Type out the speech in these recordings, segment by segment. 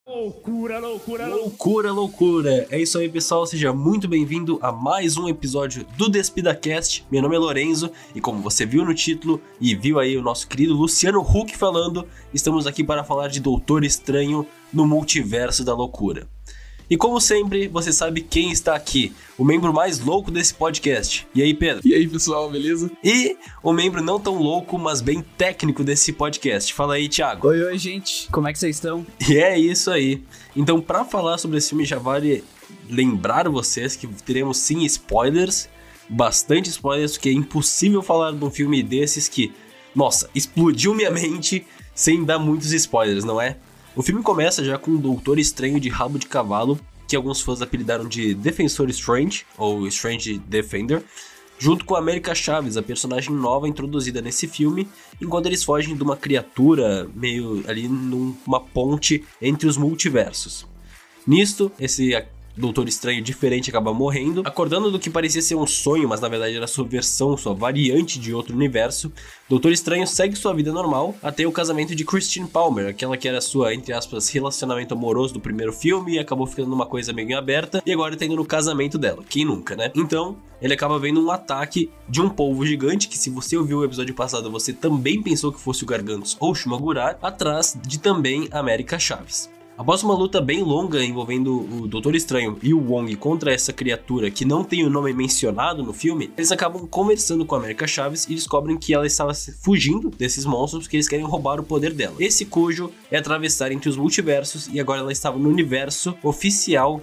Loucura, loucura, loucura, loucura. É isso aí, pessoal. Seja muito bem-vindo a mais um episódio do DespidaCast. Meu nome é Lorenzo e como você viu no título e viu aí o nosso querido Luciano Huck falando, estamos aqui para falar de Doutor Estranho no Multiverso da Loucura. E como sempre, você sabe quem está aqui, o membro mais louco desse podcast. E aí, Pedro? E aí, pessoal, beleza? E o membro não tão louco, mas bem técnico desse podcast. Fala aí, Thiago. Oi, gente. Como é que vocês estão? E é isso aí. Então, para falar sobre esse filme, já vale lembrar vocês que teremos sim spoilers, bastante spoilers, porque é impossível falar de um filme desses que, nossa, explodiu minha mente sem dar muitos spoilers, não é? O filme começa já com um Doutor Estranho de rabo de cavalo, que alguns fãs apelidaram de Defensor Strange, ou Strange Defender, junto com a América Chaves, a personagem nova introduzida nesse filme, enquanto eles fogem de uma criatura meio ali numa ponte entre os multiversos. Nisto, esse Doutor Estranho diferente acaba morrendo, acordando do que parecia ser um sonho, mas na verdade era sua versão, sua variante de outro universo. Doutor Estranho segue sua vida normal até o casamento de Christine Palmer, aquela que era sua, entre aspas, relacionamento amoroso do primeiro filme e acabou ficando numa coisa meio aberta e agora tá indo no casamento dela, quem nunca, né? Então, ele acaba vendo um ataque de um polvo gigante, que se você ouviu o episódio passado, você também pensou que fosse o Gargantos ou Shumagurar, atrás de também América Chaves. Após uma luta bem longa envolvendo o Doutor Estranho e o Wong contra essa criatura que não tem o nome mencionado no filme, eles acabam conversando com a América Chaves e descobrem que ela estava fugindo desses monstros porque eles querem roubar o poder dela. Esse cujo é atravessar entre os multiversos e agora ela estava no universo oficial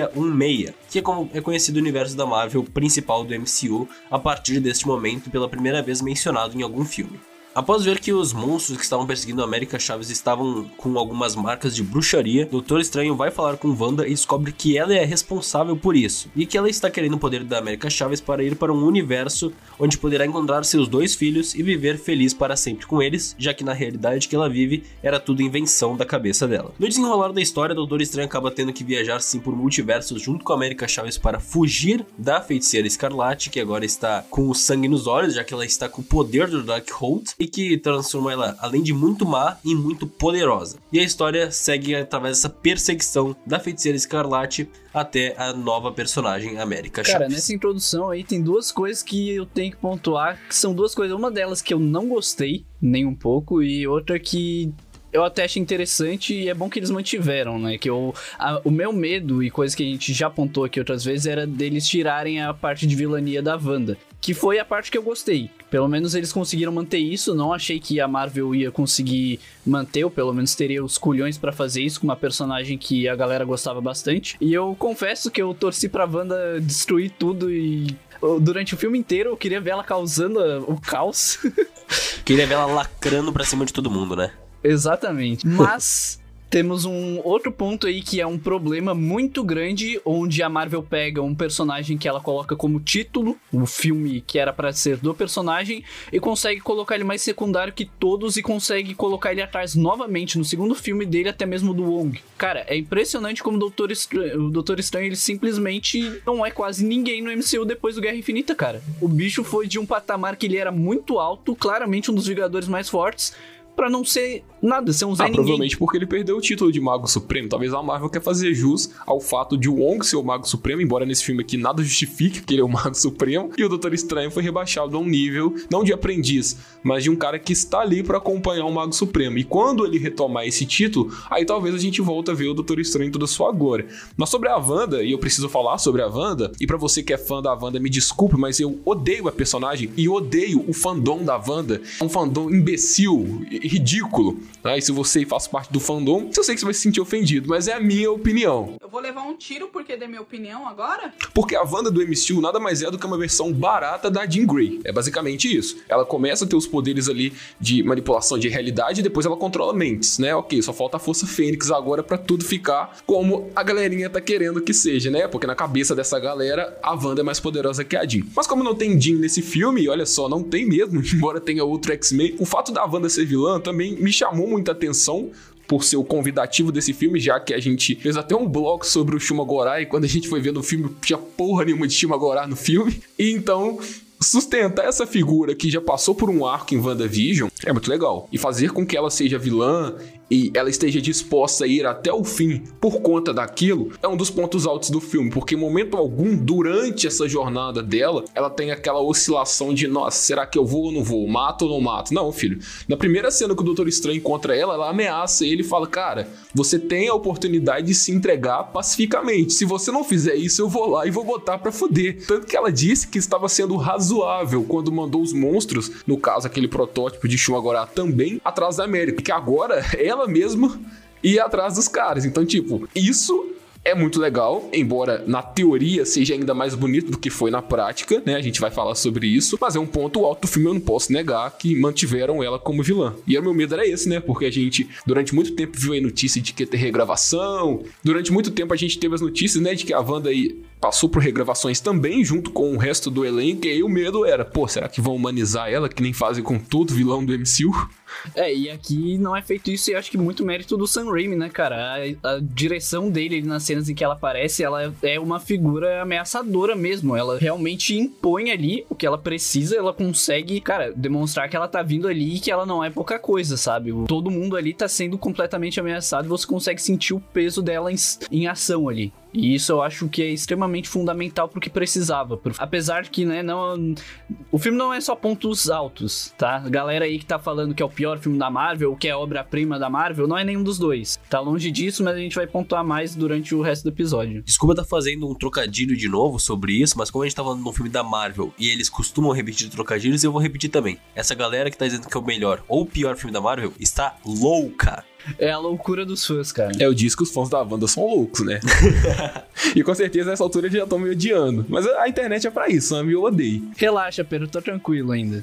616, que é como é conhecido o universo da Marvel principal do MCU a partir deste momento pela primeira vez mencionado em algum filme. Após ver que os monstros que estavam perseguindo a América Chaves estavam com algumas marcas de bruxaria, Doutor Estranho vai falar com Wanda e descobre que ela é responsável por isso, e que ela está querendo o poder da América Chaves para ir para um universo onde poderá encontrar seus dois filhos e viver feliz para sempre com eles, já que na realidade que ela vive era tudo invenção da cabeça dela. No desenrolar da história, Doutor Estranho acaba tendo que viajar sim por multiversos junto com a América Chaves para fugir da Feiticeira Escarlate, que agora está com o sangue nos olhos, já que ela está com o poder do Darkhold, e que transforma ela, além de muito má, em muito poderosa. E a história segue através dessa perseguição da Feiticeira Escarlate até a nova personagem América Chaves. Cara, nessa introdução aí tem duas coisas que eu tenho que pontuar, que são duas coisas. Uma delas que eu não gostei, nem um pouco, e outra que eu até achei interessante e é bom que eles mantiveram, né? Que o meu medo e coisa que a gente já apontou aqui outras vezes era deles tirarem a parte de vilania da Wanda, que foi a parte que eu gostei. Pelo menos eles conseguiram manter isso. Não achei que a Marvel ia conseguir manter, ou pelo menos teria os culhões pra fazer isso com uma personagem que a galera gostava bastante. E eu confesso que eu torci pra Wanda destruir tudo e durante o filme inteiro eu queria ver ela causando o caos. Queria ver ela lacrando pra cima de todo mundo, né? Exatamente. Mas temos um outro ponto aí que é um problema muito grande, onde a Marvel pega um personagem que ela coloca como título, o filme que era pra ser do personagem, e consegue colocar ele mais secundário que todos e consegue colocar ele atrás novamente no segundo filme dele, até mesmo do Wong. Cara, é impressionante como o Doutor Estranho ele simplesmente não é quase ninguém no MCU depois do Guerra Infinita, cara. O bicho foi de um patamar que ele era muito alto, claramente um dos Vingadores mais fortes, pra não ser nada, ser um Zé Ninguém. Provavelmente porque ele perdeu o título de Mago Supremo. Talvez a Marvel quer fazer jus ao fato de o Wong ser o Mago Supremo, embora nesse filme aqui nada justifique que ele é o Mago Supremo, e o Doutor Estranho foi rebaixado a um nível, não de aprendiz, mas de um cara que está ali pra acompanhar o Mago Supremo. E quando ele retomar esse título, aí talvez a gente volte a ver o Doutor Estranho em toda a sua glória. Mas sobre a Wanda, e eu preciso falar sobre a Wanda, e pra você que é fã da Wanda, me desculpe, mas eu odeio a personagem e odeio o fandom da Wanda. É um fandom imbecil, ridículo, tá? E se você faz parte do fandom, eu sei que você vai se sentir ofendido, mas é a minha opinião. Eu vou levar um tiro porque dei minha opinião agora? Porque a Wanda do MCU nada mais é do que uma versão barata da Jean Grey. É basicamente isso. Ela começa a ter os poderes ali de manipulação de realidade e depois ela controla mentes, né? Ok, só falta a Força Fênix agora pra tudo ficar como a galerinha tá querendo que seja, né? Porque na cabeça dessa galera, a Wanda é mais poderosa que a Jean. Mas como não tem Jean nesse filme, olha só, não tem mesmo, embora tenha outro X-Men, o fato da Wanda ser vilã também me chamou muita atenção por ser o convidativo desse filme, já que a gente fez até um bloco sobre o Shumagorai, e quando a gente foi ver no filme, tinha porra nenhuma de Shumagorai no filme, e então sustentar essa figura que já passou por um arco em WandaVision é muito legal. E fazer com que ela seja vilã e ela esteja disposta a ir até o fim por conta daquilo, é um dos pontos altos do filme, porque em momento algum, durante essa jornada dela, ela tem aquela oscilação de, nossa, será que eu vou ou não vou? Mato ou não mato? Não, filho. Na primeira cena que o Doutor Estranho encontra ela ameaça ele e fala, cara, você tem a oportunidade de se entregar pacificamente. Se você não fizer isso, eu vou lá e vou botar pra foder. Tanto que ela disse que estava sendo razoável quando mandou os monstros, no caso aquele protótipo de Shuma-Gorath também, atrás da América, que agora ela mesma ia atrás dos caras. Então, tipo, isso é muito legal, embora na teoria seja ainda mais bonito do que foi na prática, né? A gente vai falar sobre isso, mas é um ponto alto do filme, eu não posso negar que mantiveram ela como vilã. E o meu medo era esse, né? Porque a gente, durante muito tempo, viu aí notícia de que ia ter regravação, durante muito tempo a gente teve as notícias, né, de que a Wanda aí passou por regravações também, junto com o resto do elenco, e aí o medo era, pô, será que vão humanizar ela, que nem fazem com todo vilão do MCU? E aqui não é feito isso, e acho que muito mérito do Sam Raimi, né, cara? A direção dele nas cenas em que ela aparece, ela é uma figura ameaçadora mesmo. Ela realmente impõe ali o que ela precisa, ela consegue, cara, demonstrar que ela tá vindo ali e que ela não é pouca coisa, sabe? Todo mundo ali tá sendo completamente ameaçado e você consegue sentir o peso dela em ação ali. E isso eu acho que é extremamente fundamental pro que precisava. Apesar que, né, o filme não é só pontos altos, tá? A galera aí que tá falando que é o pior filme da Marvel, ou que é obra-prima da Marvel, não é nenhum dos dois. Tá longe disso, mas a gente vai pontuar mais durante o resto do episódio. Desculpa estar fazendo um trocadilho de novo sobre isso, mas como a gente tá falando de um filme da Marvel e eles costumam repetir trocadilhos, eu vou repetir também. Essa galera que tá dizendo que é o melhor ou o pior filme da Marvel está louca. É a loucura dos fãs, cara. Eu disse que os fãs da Wanda são loucos, né? E com certeza nessa altura eles já estão me odiando. Mas a internet é pra isso, Sam, eu odeio. Relaxa, Pedro, tô tranquilo ainda.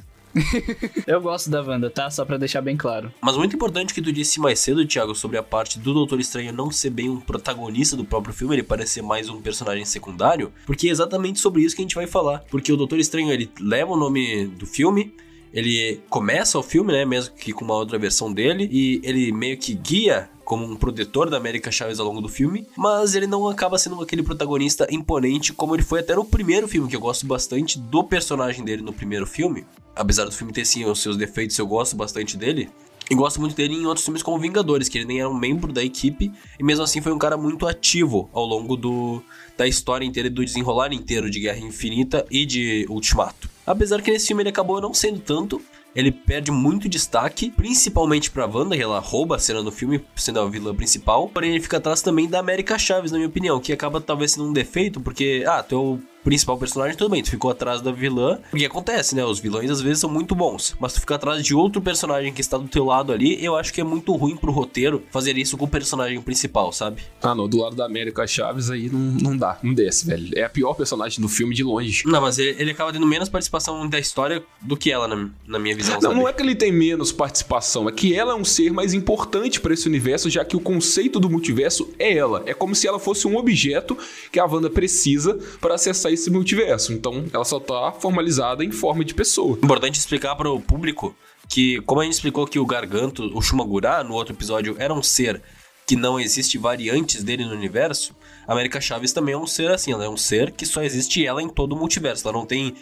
Eu gosto da Wanda, tá? Só pra deixar bem claro. Mas muito importante que tu disse mais cedo, Thiago, sobre a parte do Doutor Estranho não ser bem um protagonista do próprio filme, ele parece ser mais um personagem secundário, porque é exatamente sobre isso que a gente vai falar. Porque o Doutor Estranho, ele leva o nome do filme, ele começa o filme, né, mesmo que com uma outra versão dele, e ele meio que guia como um protetor da América Chaves ao longo do filme, mas ele não acaba sendo aquele protagonista imponente como ele foi até no primeiro filme, que eu gosto bastante do personagem dele no primeiro filme. Apesar do filme ter sim os seus defeitos, eu gosto bastante dele. E gosto muito dele em outros filmes como Vingadores, que ele nem era um membro da equipe, e mesmo assim foi um cara muito ativo ao longo da história inteira e do desenrolar inteiro de Guerra Infinita e de Ultimato. Apesar que nesse filme ele acabou não sendo tanto, ele perde muito destaque, principalmente pra Wanda, que ela rouba a cena no filme, sendo a vilã principal. Porém, ele fica atrás também da América Chaves, na minha opinião, que acaba talvez sendo um defeito, porque, tu é o principal personagem, tudo bem, tu ficou atrás da vilã, porque acontece, né, os vilões às vezes são muito bons, mas tu fica atrás de outro personagem que está do teu lado ali, eu acho que é muito ruim pro roteiro fazer isso com o personagem principal, sabe? Ah, não, do lado da América Chaves aí não dá, não desce, velho. É a pior personagem do filme de longe. Não, mas ele acaba tendo menos participação da história do que ela, na minha visão, não, sabe? Não é que ele tem menos participação, é que ela é um ser mais importante pra esse universo, já que o conceito do multiverso é ela. É como se ela fosse um objeto que a Wanda precisa para acessar esse multiverso. Então, ela só tá formalizada em forma de pessoa. Importante explicar para o público que, como a gente explicou que o Garganto, o Shuma-Gorath, no outro episódio, era um ser que não existe variantes dele no universo, a América Chaves também é um ser assim, ela é um ser que só existe ela em todo o multiverso. Ela não tem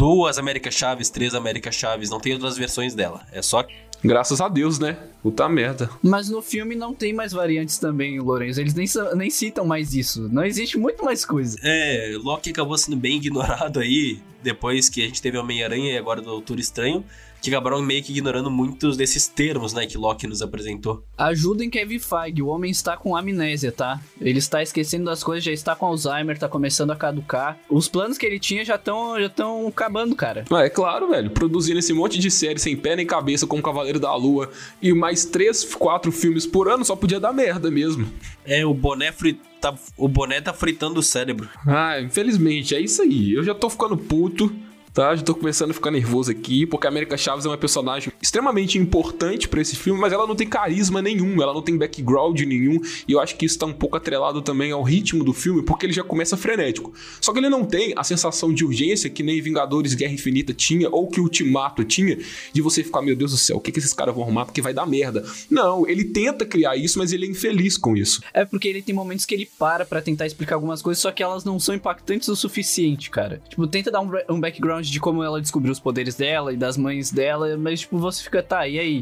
2 América Chaves, 3 América Chaves, não tem outras versões dela. É só... Graças a Deus, né? Puta merda. Mas no filme não tem mais variantes também, Lourenço. Eles nem citam mais isso. Não existe muito mais coisa. Loki acabou sendo bem ignorado aí, depois que a gente teve Homem-Aranha e agora o Doutor Estranho, que acabaram meio que ignorando muitos desses termos, né, que Loki nos apresentou. Ajudem Kevin Feige, o homem está com amnésia, tá? Ele está esquecendo das coisas, já está com Alzheimer, tá começando a caducar. Os planos que ele tinha já estão acabando, cara. É claro, velho. Produzindo esse monte de série sem pé nem cabeça como Cavaleiro da Lua e mais 3, 4 filmes por ano, só podia dar merda mesmo. O boné tá fritando o cérebro. Infelizmente, é isso aí. Eu já tô ficando puto. Tá, já tô começando a ficar nervoso aqui, porque a América Chaves é uma personagem extremamente importante pra esse filme, mas ela não tem carisma nenhum, ela não tem background nenhum, e eu acho que isso tá um pouco atrelado também ao ritmo do filme, porque ele já começa frenético. Só que ele não tem a sensação de urgência que nem Vingadores Guerra Infinita tinha, ou que Ultimato tinha, de você ficar, meu Deus do céu, o que esses caras vão arrumar, porque vai dar merda. Não, ele tenta criar isso, mas ele é infeliz com isso. É porque ele tem momentos que ele para pra tentar explicar algumas coisas, só que elas não são impactantes o suficiente, cara. Tipo, tenta dar um background de como ela descobriu os poderes dela e das mães dela, mas tipo, você fica, tá, e aí?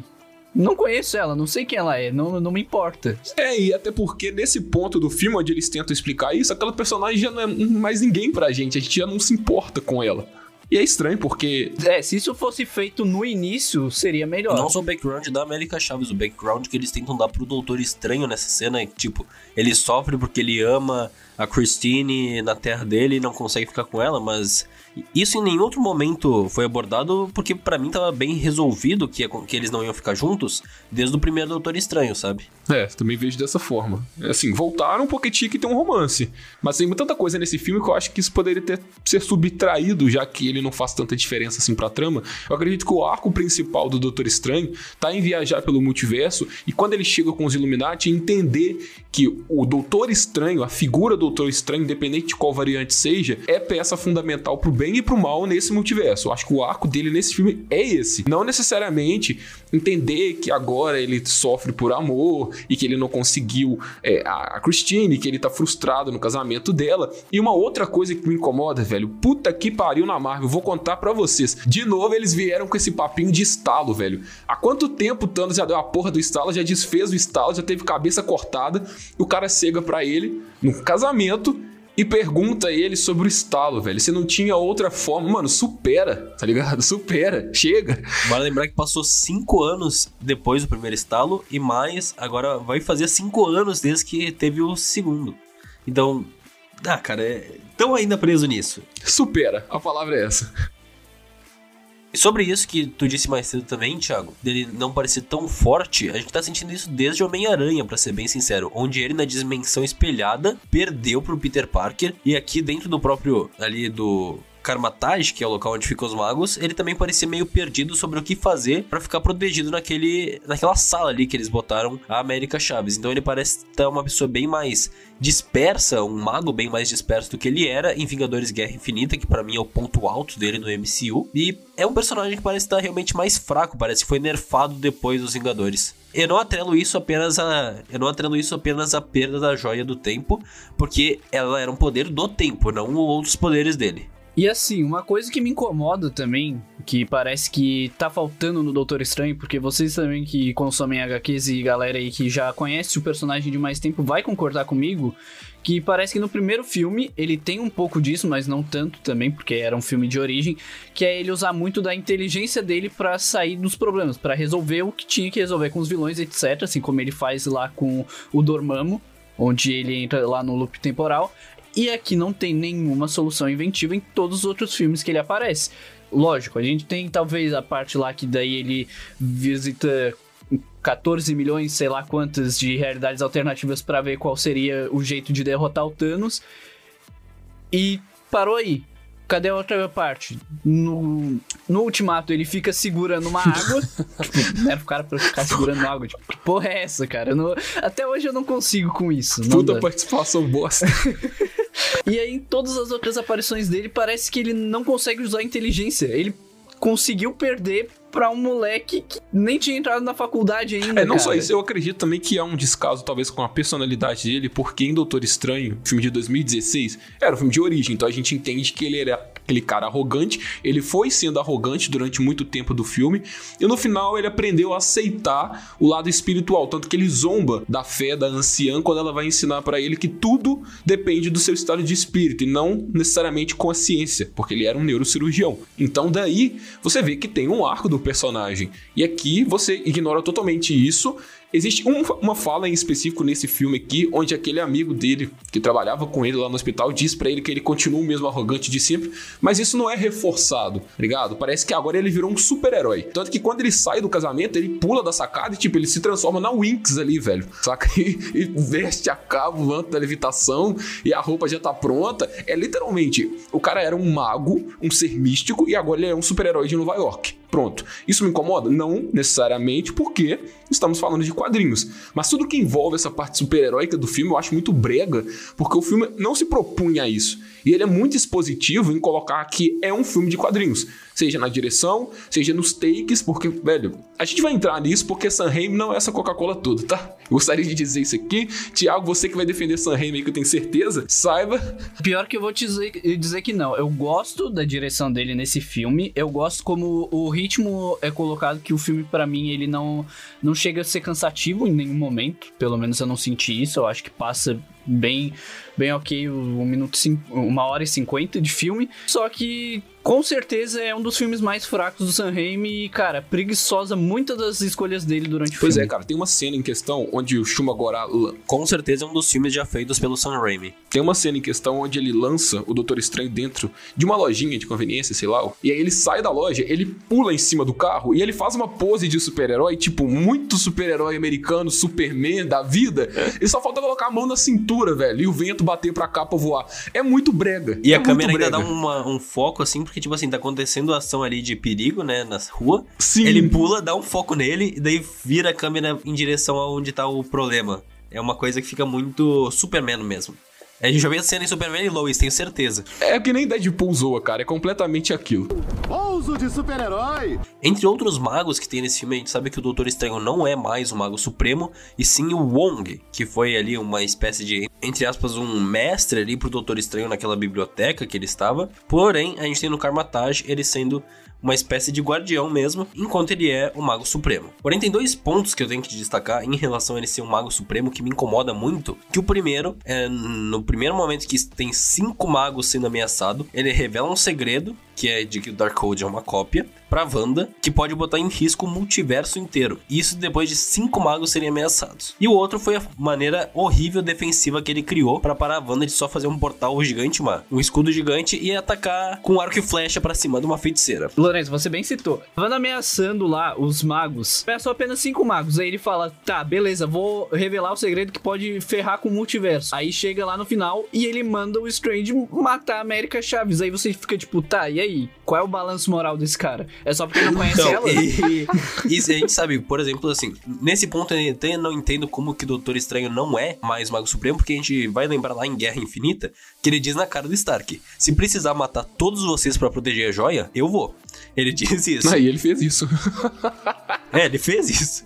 Não conheço ela, não sei quem ela é, não me importa. E até porque nesse ponto do filme onde eles tentam explicar isso, aquela personagem já não é mais ninguém pra gente, a gente já não se importa com ela. E é estranho, porque... se isso fosse feito no início, seria melhor. Não só o background da América Chaves, o background que eles tentam dar pro Doutor Estranho nessa cena é que, tipo, ele sofre porque ele ama a Christine na terra dele e não consegue ficar com ela, mas isso em nenhum outro momento foi abordado, porque pra mim tava bem resolvido que eles não iam ficar juntos desde o primeiro Doutor Estranho, sabe? Também vejo dessa forma. Assim, voltaram porque tinha que ter um romance. Mas tem tanta coisa nesse filme que eu acho que isso poderia ser subtraído, já que ele não faz tanta diferença assim pra trama. Eu acredito que o arco principal do Doutor Estranho tá em viajar pelo multiverso, e quando ele chega com os Illuminati, entender que o Doutor Estranho, a figura do Doutor Estranho, independente de qual variante seja, é peça fundamental pro bem e pro mal nesse multiverso. Eu acho que o arco dele nesse filme é esse. Não necessariamente entender que agora ele sofre por amor e que ele não conseguiu a Christine, que ele tá frustrado no casamento dela. E uma outra coisa que me incomoda, velho, puta que pariu na Marvel, vou contar pra vocês. De novo eles vieram com esse papinho de estalo, velho. Há quanto tempo o Thanos já deu a porra do estalo, já desfez o estalo, já teve cabeça cortada, e o cara chega pra ele no casamento e pergunta a ele sobre o estalo, velho. Você não tinha outra forma. Mano, supera, tá ligado? Supera, chega. Vale lembrar que passou 5 anos depois do primeiro estalo, e mais, agora vai fazer 5 anos desde que teve o segundo. Então, cara, tão ainda preso nisso. Supera, a palavra é essa. E sobre isso que tu disse mais cedo também, Thiago, dele não parecer tão forte, a gente tá sentindo isso desde Homem-Aranha, pra ser bem sincero, onde ele na dimensão espelhada perdeu pro Peter Parker, e aqui dentro do próprio, ali do Karmatage, que é o local onde ficam os magos, ele também parecia meio perdido sobre o que fazer pra ficar protegido naquela sala ali que eles botaram a América Chaves. Então ele parece estar uma pessoa bem mais dispersa, um mago bem mais disperso do que ele era em Vingadores Guerra Infinita, que pra mim é o ponto alto dele no MCU, e é um personagem que parece estar realmente mais fraco, parece que foi nerfado depois dos Vingadores. Eu não atrelo isso apenas à perda da Joia do Tempo, porque ela era um poder do tempo, não outros poderes dele. E assim, uma coisa que me incomoda também, que parece que tá faltando no Doutor Estranho, porque vocês também que consomem HQs e galera aí que já conhece o personagem de mais tempo vai concordar comigo, que parece que no primeiro filme ele tem um pouco disso, mas não tanto também, porque era um filme de origem, que é ele usar muito da inteligência dele pra sair dos problemas, pra resolver o que tinha que resolver com os vilões, etc, assim como ele faz lá com o Dormammu, onde ele entra lá no loop temporal. E aqui não tem nenhuma solução inventiva em todos os outros filmes que ele aparece. Lógico, a gente tem talvez a parte lá que daí ele visita 14 milhões, sei lá quantas, de realidades alternativas pra ver qual seria o jeito de derrotar o Thanos. E parou aí. Cadê a outra parte? No Ultimato ele fica segurando uma água. Tipo, né, o cara pra ficar segurando água. Tipo, que porra é essa, cara? Até hoje eu não consigo com isso. Puta participação bosta. E aí, em todas as outras aparições dele, parece que ele não consegue usar a inteligência. Ele conseguiu perder pra um moleque que nem tinha entrado na faculdade ainda, não cara. Só isso, eu acredito também que há um descaso talvez com a personalidade dele, porque em Doutor Estranho, filme de 2016, era um filme de origem, então a gente entende que ele era aquele cara arrogante, ele foi sendo arrogante durante muito tempo do filme, e no final ele aprendeu a aceitar o lado espiritual, tanto que ele zomba da fé da anciã quando ela vai ensinar pra ele que tudo depende do seu estado de espírito, e não necessariamente com a ciência, porque ele era um neurocirurgião. Então daí, você vê que tem um arco do personagem, e aqui você ignora totalmente isso. Existe uma fala em específico nesse filme aqui, onde aquele amigo dele, que trabalhava com ele lá no hospital, diz pra ele que ele continua o mesmo arrogante de sempre, mas isso não é reforçado, tá ligado? Parece que agora ele virou um super-herói. Tanto que quando ele sai do casamento, ele pula da sacada e, tipo, ele se transforma na Winx ali, velho, saca? E veste a cabo o manto da levitação e a roupa já tá pronta. É literalmente, o cara era um mago, um ser místico, e agora ele é um super-herói de Nova York. Pronto. Isso me incomoda? Não necessariamente, porque estamos falando de quadrinhos. Mas tudo que envolve essa parte super-heróica do filme eu acho muito brega, porque o filme não se propunha a isso. E ele é muito expositivo em colocar que é um filme de quadrinhos. Seja na direção, seja nos takes, porque, velho, a gente vai entrar nisso porque Sam Raimi não é essa Coca-Cola toda, tá? Gostaria de dizer isso aqui. Thiago, você que vai defender Sam Raimi, que eu tenho certeza, saiba. Pior que eu vou te dizer que não. Eu gosto da direção dele nesse filme. Eu gosto como o ritmo é colocado, que o filme, pra mim, ele não chega a ser cansativo em nenhum momento. Pelo menos eu não senti isso. Eu acho que passa bem ok, 1h50 de filme. Só que com certeza é um dos filmes mais fracos do Sam Raimi e, cara, preguiçosa muitas das escolhas dele durante o filme. Pois é, cara, tem uma cena em questão onde o Shuma-Gorath... Com certeza é um dos filmes já feitos pelo Sam Raimi. Tem uma cena em questão onde ele lança o Doutor Estranho dentro de uma lojinha de conveniência, sei lá, e aí ele sai da loja, ele pula em cima do carro e ele faz uma pose de super-herói, tipo, muito super-herói americano, Superman da vida, e só falta colocar a mão na cintura, velho, e o vento bater pra cá pra voar. É muito brega. E a câmera ainda dá um foco, assim, porque, tipo assim, tá acontecendo ação ali de perigo, né, na rua. Sim. Ele pula, dá um foco nele, e daí vira a câmera em direção aonde tá o problema. É uma coisa que fica muito Superman mesmo. A gente já viu a cena em Superman e Lois, tenho certeza. É que nem Deadpool zoa, cara. É completamente aquilo. Pouso de super-herói! Entre outros magos que tem nesse filme, a gente sabe que o Doutor Estranho não é mais o Mago Supremo, e sim o Wong, que foi ali uma espécie de, entre aspas, um mestre ali pro Doutor Estranho naquela biblioteca que ele estava. Porém, a gente tem no Kamar-Taj ele sendo uma espécie de guardião mesmo, enquanto ele é o Mago Supremo. Porém, tem dois pontos que eu tenho que destacar em relação a ele ser um Mago Supremo que me incomoda muito, que o primeiro é, no primeiro momento que tem 5 magos sendo ameaçados, ele revela um segredo, que é de que o Darkhold é uma cópia, pra Wanda, que pode botar em risco o multiverso inteiro. Isso depois de 5 magos serem ameaçados. E o outro foi a maneira horrível defensiva que ele criou pra parar a Wanda de só fazer um portal gigante, um escudo gigante, e atacar com arco e flecha pra cima de uma feiticeira. Lourenço, você bem citou. Wanda ameaçando lá os magos. Ameaçou apenas 5 magos. Aí ele fala, tá, beleza, vou revelar o segredo que pode ferrar com o multiverso. Aí chega lá no final e ele manda o Strange matar a América Chaves. Aí você fica tipo, tá, e aí? Qual é o balanço moral desse cara? É só porque não conhece ela? E a gente sabe, por exemplo, assim, nesse ponto eu até não entendo como que o Doutor Estranho não é mais Mago Supremo, porque a gente vai lembrar lá em Guerra Infinita, que ele diz na cara do Stark, se precisar matar todos vocês pra proteger a joia, eu vou. Ele diz isso. Aí ele fez isso. Ele fez isso.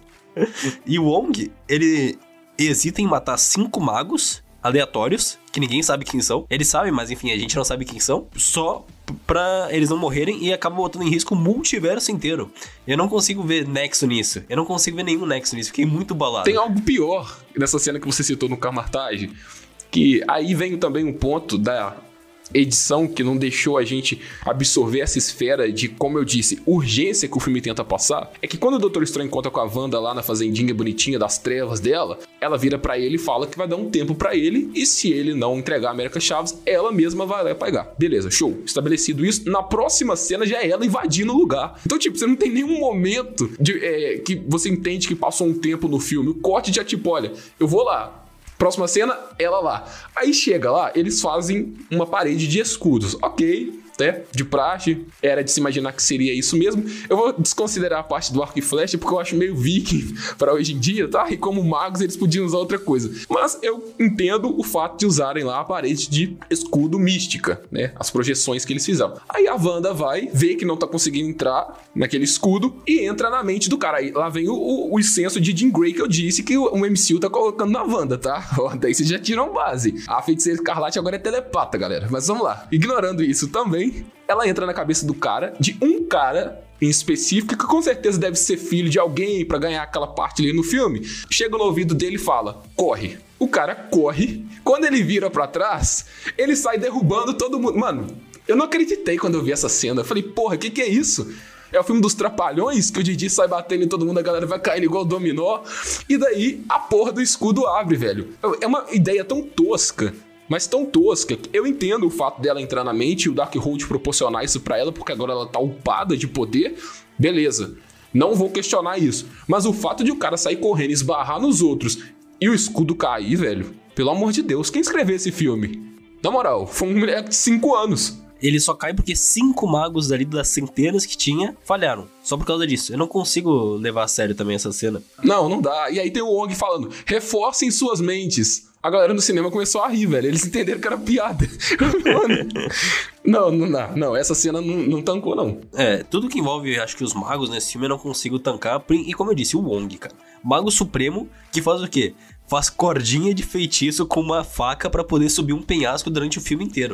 E o Wong, ele hesita em matar 5 magos aleatórios, que ninguém sabe quem são. Eles sabem, mas enfim, a gente não sabe quem são, só pra eles não morrerem, e acaba botando em risco o multiverso inteiro. Eu não consigo ver nexo nisso. Eu não consigo ver nenhum nexo nisso. Fiquei muito bolado. Tem algo pior nessa cena que você citou no Kamar-Taj, que aí vem também um ponto da edição que não deixou a gente absorver essa esfera de, como eu disse, urgência que o filme tenta passar. É que quando o Doutor Estranho encontra com a Wanda lá na fazendinha bonitinha das trevas dela, ela vira pra ele e fala que vai dar um tempo pra ele, e se ele não entregar a América Chaves, ela mesma vai lá pegar. Beleza, show. Estabelecido isso, na próxima cena já é ela invadindo o lugar. Então, tipo, você não tem nenhum momento que você entende que passou um tempo no filme. O corte já, tipo, olha, eu vou lá. Próxima cena, ela lá. Aí chega lá, eles fazem uma parede de escudos. Ok, né? De praxe, era de se imaginar que seria isso mesmo. Eu vou desconsiderar a parte do arco e flecha, porque eu acho meio viking para hoje em dia, tá? E como magos, eles podiam usar outra coisa. Mas eu entendo o fato de usarem lá a parede de escudo mística, né? As projeções que eles fizeram. Aí a Wanda vai, vê que não tá conseguindo entrar naquele escudo e entra na mente do cara. Aí lá vem o excesso de Jean Grey que eu disse que o MCU tá colocando na Wanda, tá? Ó, daí vocês já tiram base. A Feiticeira Escarlate agora é telepata, galera. Mas vamos lá. Ignorando isso também, ela entra na cabeça do cara, de um cara em específico, que com certeza deve ser filho de alguém pra ganhar aquela parte ali no filme. Chega no ouvido dele e fala, corre. O cara corre. Quando ele vira pra trás, ele sai derrubando todo mundo. Mano, eu não acreditei quando eu vi essa cena. Eu falei, porra, que é isso? É o filme dos Trapalhões, que o Didi sai batendo em todo mundo, a galera vai caindo igual dominó. E daí, a porra do escudo abre, velho. É uma ideia tão tosca, mas tão tosca, que eu entendo o fato dela entrar na mente e o Darkhold proporcionar isso pra ela, porque agora ela tá upada de poder. Beleza, não vou questionar isso. Mas o fato de o cara sair correndo, esbarrar nos outros e o escudo cair, velho, pelo amor de Deus, quem escreveu esse filme? Na moral, foi um moleque de 5 anos. Ele só cai porque 5 magos dali das centenas que tinha falharam. Só por causa disso. Eu não consigo levar a sério também essa cena. Não dá. E aí tem o Wong falando, reforcem suas mentes. A galera no cinema começou a rir, velho. Eles entenderam que era piada. Não, essa cena não tancou, não. Tudo que envolve, acho que os magos nesse filme eu não consigo tancar. E como eu disse, o Wong, cara. Mago Supremo que faz o quê? Faz cordinha de feitiço com uma faca pra poder subir um penhasco durante o filme inteiro.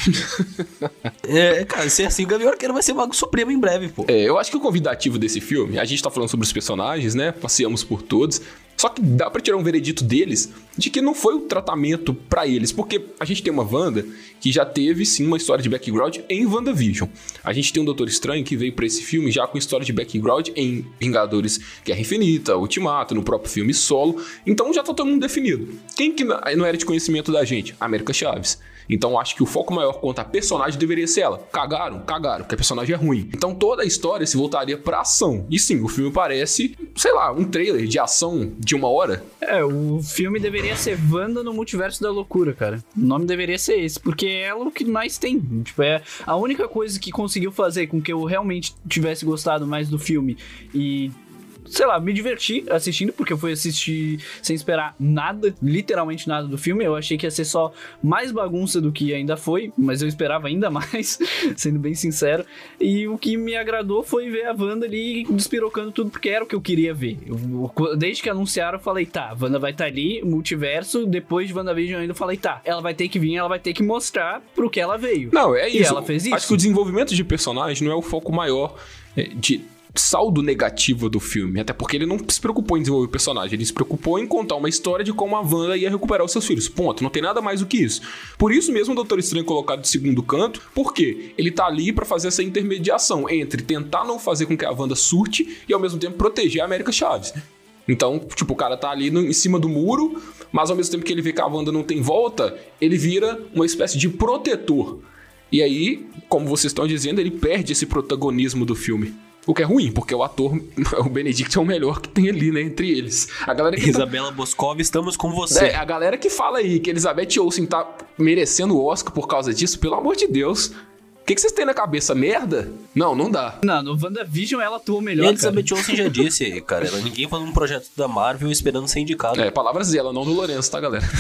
Cara, se é assim, o Gavião Arqueiro vai ser Mago Supremo em breve, pô. Eu acho que o convidativo desse filme, a gente tá falando sobre os personagens, né? Passeamos por todos. Só que dá pra tirar um veredito deles de que não foi o tratamento pra eles. Porque a gente tem uma Wanda que já teve, sim, uma história de background em WandaVision. A gente tem um Doutor Estranho que veio pra esse filme já com história de background em Vingadores Guerra Infinita, Ultimato, no próprio filme Solo. Então já tá todo mundo definido. Quem que não era de conhecimento da gente? América Chaves. Então acho que o foco maior quanto a personagem deveria ser ela. Cagaram, porque a personagem é ruim. Então toda a história se voltaria pra ação. E sim, o filme parece, sei lá, um trailer de ação de 1 hora. O filme deveria ser Wanda no Multiverso da Loucura, cara. O nome deveria ser esse, porque é ela o que mais tem. Tipo, é a única coisa que conseguiu fazer com que eu realmente tivesse gostado mais do filme e... sei lá, me diverti assistindo, porque eu fui assistir sem esperar nada, literalmente nada do filme. Eu achei que ia ser só mais bagunça do que ainda foi, mas eu esperava ainda mais, sendo bem sincero. E o que me agradou foi ver a Wanda ali despirocando tudo, porque era o que eu queria ver. Desde que anunciaram, eu falei, tá, a Wanda vai estar ali, multiverso. Depois de WandaVision eu ainda falei, tá, ela vai ter que vir, ela vai ter que mostrar pro que ela veio. Não, é isso. E ela fez isso. Acho que o desenvolvimento de personagem não é o foco maior de saldo negativo do filme, até porque ele não se preocupou em desenvolver o personagem, ele se preocupou em contar uma história de como a Wanda ia recuperar os seus filhos, ponto, não tem nada mais do que isso. Por isso mesmo o Doutor Estranho colocado de segundo canto, porque ele tá ali pra fazer essa intermediação entre tentar não fazer com que a Wanda surte e ao mesmo tempo proteger a América Chaves. Então, tipo, o cara tá ali em cima do muro, mas ao mesmo tempo que ele vê que a Wanda não tem volta, ele vira uma espécie de protetor. E aí, como vocês estão dizendo, ele perde esse protagonismo do filme. O que é ruim, porque o ator, o Benedict, é o melhor que tem ali, né, entre eles. A galera que Isabela Boscov, estamos com você. A galera que fala aí que Elizabeth Olsen tá merecendo o Oscar por causa disso, pelo amor de Deus. O que vocês têm na cabeça? Merda? Não dá. Não, no WandaVision ela atuou melhor, e a Elizabeth Olsen já disse, cara, ninguém faz um projeto da Marvel esperando ser indicado. Palavras dela, não do Lourenço, tá, galera?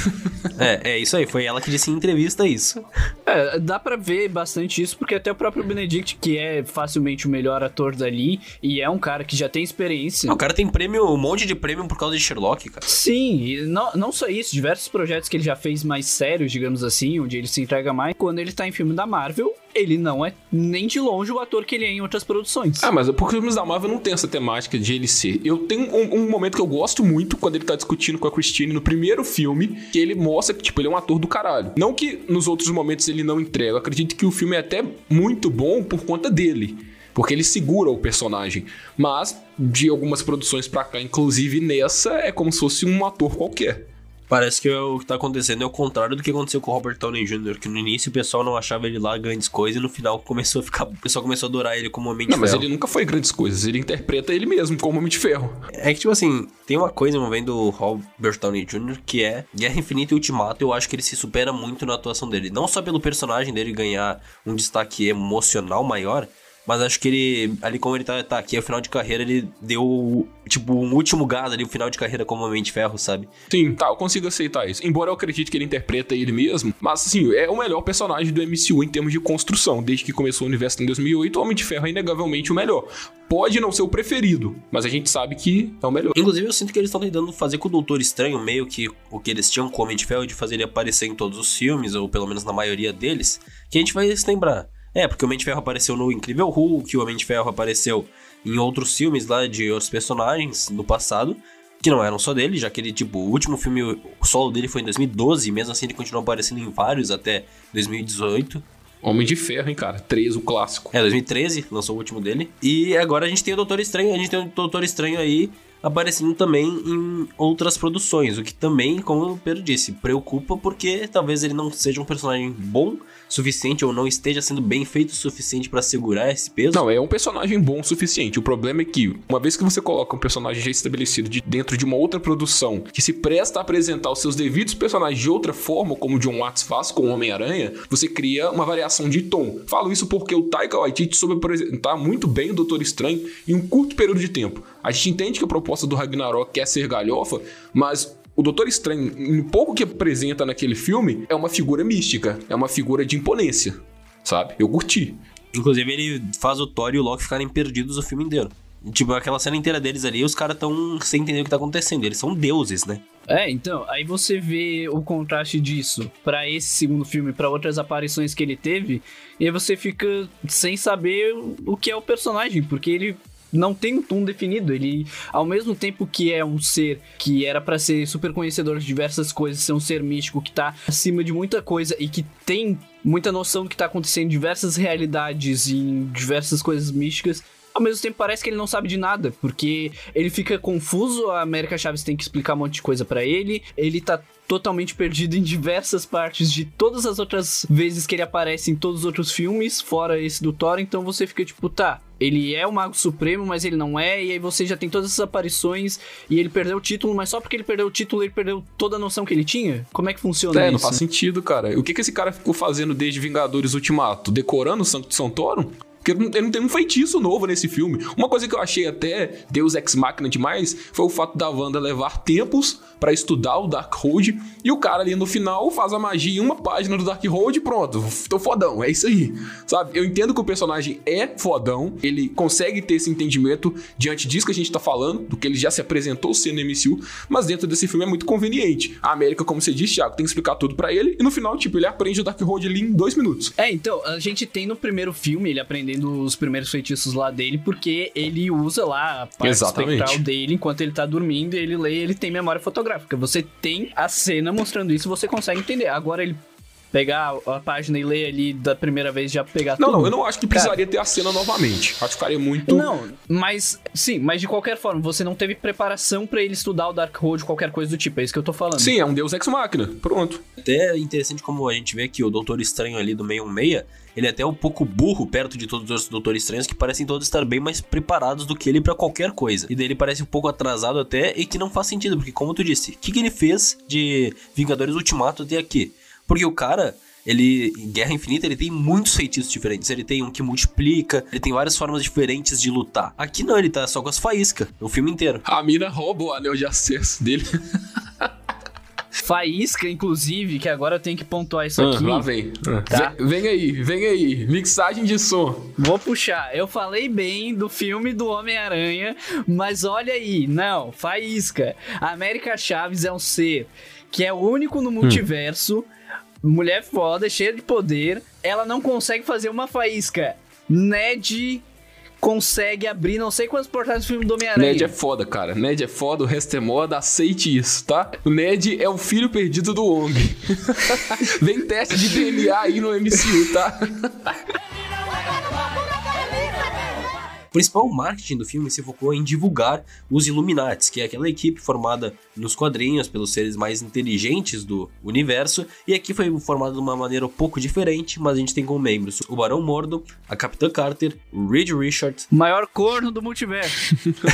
É isso aí, foi ela que disse em entrevista isso. Dá pra ver bastante isso, porque até o próprio Benedict, que é facilmente o melhor ator dali, e é um cara que já tem experiência. O cara tem prêmio, um monte de prêmio por causa de Sherlock, cara. Sim, e não só isso, diversos projetos que ele já fez mais sérios, digamos assim, onde ele se entrega mais. Quando ele tá em filme da Marvel, ele não é nem de longe o ator que ele é em outras produções. Mas porque os filmes da Marvel não tem essa temática de ele ser. Eu tenho um momento que eu gosto muito quando ele tá discutindo com a Christine no primeiro filme, que ele mostra que, tipo, ele é um ator do caralho. Não que nos outros momentos ele não entrega. Eu acredito que o filme é até muito bom por conta dele, porque ele segura o personagem. Mas, de algumas produções pra cá, inclusive nessa, é como se fosse um ator qualquer. Parece que o que tá acontecendo é o contrário do que aconteceu com o Robert Downey Jr., que no início o pessoal não achava ele lá grandes coisas e no final o pessoal começou a adorar ele como Homem de Ferro. Mas ele nunca foi grandes coisas, ele interpreta ele mesmo como Homem de Ferro. É que, tipo assim, tem uma coisa envolvendo o Robert Downey Jr. que é Guerra Infinita e Ultimato. Eu acho que ele se supera muito na atuação dele. Não só pelo personagem dele ganhar um destaque emocional maior, mas acho que ele, ali como ele tá aqui, ao final de carreira, ele deu, tipo, um último gás ali, o final de carreira como Homem de Ferro, sabe? Sim, tá, eu consigo aceitar isso. Embora eu acredite que ele interpreta ele mesmo, mas, assim, é o melhor personagem do MCU em termos de construção. Desde que começou o universo em 2008, o Homem de Ferro é inegavelmente o melhor. Pode não ser o preferido, mas a gente sabe que é o melhor. Inclusive, eu sinto que eles estão tentando fazer com o Doutor Estranho meio que o que eles tinham com o Homem de Ferro, de fazer ele aparecer em todos os filmes, ou pelo menos na maioria deles, que a gente vai se lembrar. Porque o Homem de Ferro apareceu no Incrível Hulk, o Homem de Ferro apareceu em outros filmes lá de outros personagens no passado, que não eram só dele, já que ele, tipo, o último filme, o solo dele foi em 2012, e mesmo assim ele continuou aparecendo em vários até 2018. Homem de Ferro, hein, cara? 3, o clássico. 2013, lançou o último dele. E agora a gente tem o Doutor Estranho, aí aparecendo também em outras produções, o que também, como o Pedro disse, preocupa porque talvez ele não seja um personagem bom suficiente ou não esteja sendo bem feito o suficiente pra segurar esse peso. Não, é um personagem bom o suficiente. O problema é que, uma vez que você coloca um personagem já estabelecido dentro de uma outra produção que se presta a apresentar os seus devidos personagens de outra forma, como o John Watts faz com o Homem-Aranha, você cria uma variação de tom. Falo isso porque o Taika Waititi soube apresentar muito bem o Doutor Estranho em um curto período de tempo. A gente entende que a proposta do Ragnarok quer ser galhofa, mas O Doutor Estranho, em pouco que apresenta naquele filme, é uma figura mística, é uma figura de imponência, sabe? Eu curti. Inclusive, ele faz o Thor e o Loki ficarem perdidos o filme inteiro. Tipo, aquela cena inteira deles ali, os caras tão sem entender o que tá acontecendo. Eles são deuses, né? Então, aí você vê o contraste disso pra esse segundo filme, pra outras aparições que ele teve, e aí você fica sem saber o que é o personagem, porque ele não tem um tom definido. Ele, ao mesmo tempo que é um ser que era pra ser super conhecedor de diversas coisas, ser um ser místico que tá acima de muita coisa e que tem muita noção do que tá acontecendo em diversas realidades e em diversas coisas místicas, ao mesmo tempo parece que ele não sabe de nada, porque ele fica confuso, a América Chaves tem que explicar um monte de coisa pra ele, ele tá totalmente perdido em diversas partes de todas as outras vezes que ele aparece em todos os outros filmes, fora esse do Thor, então você fica tipo, tá, ele é o Mago Supremo, mas ele não é, e aí você já tem todas essas aparições, e ele perdeu o título, mas só porque ele perdeu o título, ele perdeu toda a noção que ele tinha? Como é que funciona isso? Não faz sentido, cara. O que esse cara ficou fazendo desde Vingadores Ultimato? Decorando o Sancto Sanctorum? Porque ele não tem um feitiço novo nesse filme. Uma coisa que eu achei até Deus Ex Machina demais foi o fato da Wanda levar tempos pra estudar o Darkhold, e o cara ali no final faz a magia em uma página do Darkhold e pronto, tô fodão, é isso aí, sabe? Eu entendo que o personagem é fodão, ele consegue ter esse entendimento diante disso que a gente tá falando, do que ele já se apresentou sendo no MCU, mas dentro desse filme é muito conveniente. A América, como você disse, Thiago, tem que explicar tudo pra ele, e no final, tipo, ele aprende o Darkhold ali em 2 minutos. Então, a gente tem no primeiro filme ele aprendendo os primeiros feitiços lá dele, porque ele usa lá a parte espectral dele enquanto ele tá dormindo, ele lê, ele tem memória fotográfica. Você tem a cena mostrando isso, você consegue entender. Agora ele pegar a página e ler ali da primeira vez, já pegar tudo. Não, eu não acho que precisaria ter a cena novamente. Acho que ficaria muito... Não, mas de qualquer forma, você não teve preparação pra ele estudar o Darkhold, qualquer coisa do tipo, é isso que eu tô falando. Sim, é um Deus Ex Machina, pronto. Até é interessante como a gente vê que o Doutor Estranho ali do 616, ele é até um pouco burro perto de todos os outros Doutores Estranhos, que parecem todos estar bem mais preparados do que ele pra qualquer coisa. E daí ele parece um pouco atrasado até, e que não faz sentido, porque como tu disse, o que ele fez de Vingadores Ultimato até aqui? Porque o cara, ele, em Guerra Infinita, ele tem muitos feitiços diferentes. Ele tem um que multiplica, ele tem várias formas diferentes de lutar. Aqui não, ele tá só com as faíscas, o filme inteiro. A mina rouba o anel de acesso dele. Faísca, inclusive, que agora eu tenho que pontuar isso aqui. Lá vem. Tá? Vem aí. Mixagem de som. Vou puxar. Eu falei bem do filme do Homem-Aranha, mas olha aí, não, Faísca. A América Chaves é um ser que é o único no multiverso, mulher foda, cheia de poder, ela não consegue fazer uma faísca. Ned consegue abrir não sei quantos portais do filme do Homem-Aranha. Ned é foda, cara. Ned é foda, o resto é moda, aceite isso, tá? O Ned é o filho perdido do Wong. Vem teste de DNA aí no MCU, tá? O principal marketing do filme se focou em divulgar os Illuminates, que é aquela equipe formada nos quadrinhos pelos seres mais inteligentes do universo, e aqui foi formada de uma maneira um pouco diferente, mas a gente tem como membros o Barão Mordo, a Capitã Carter, o Reed Richards, maior corno do multiverso.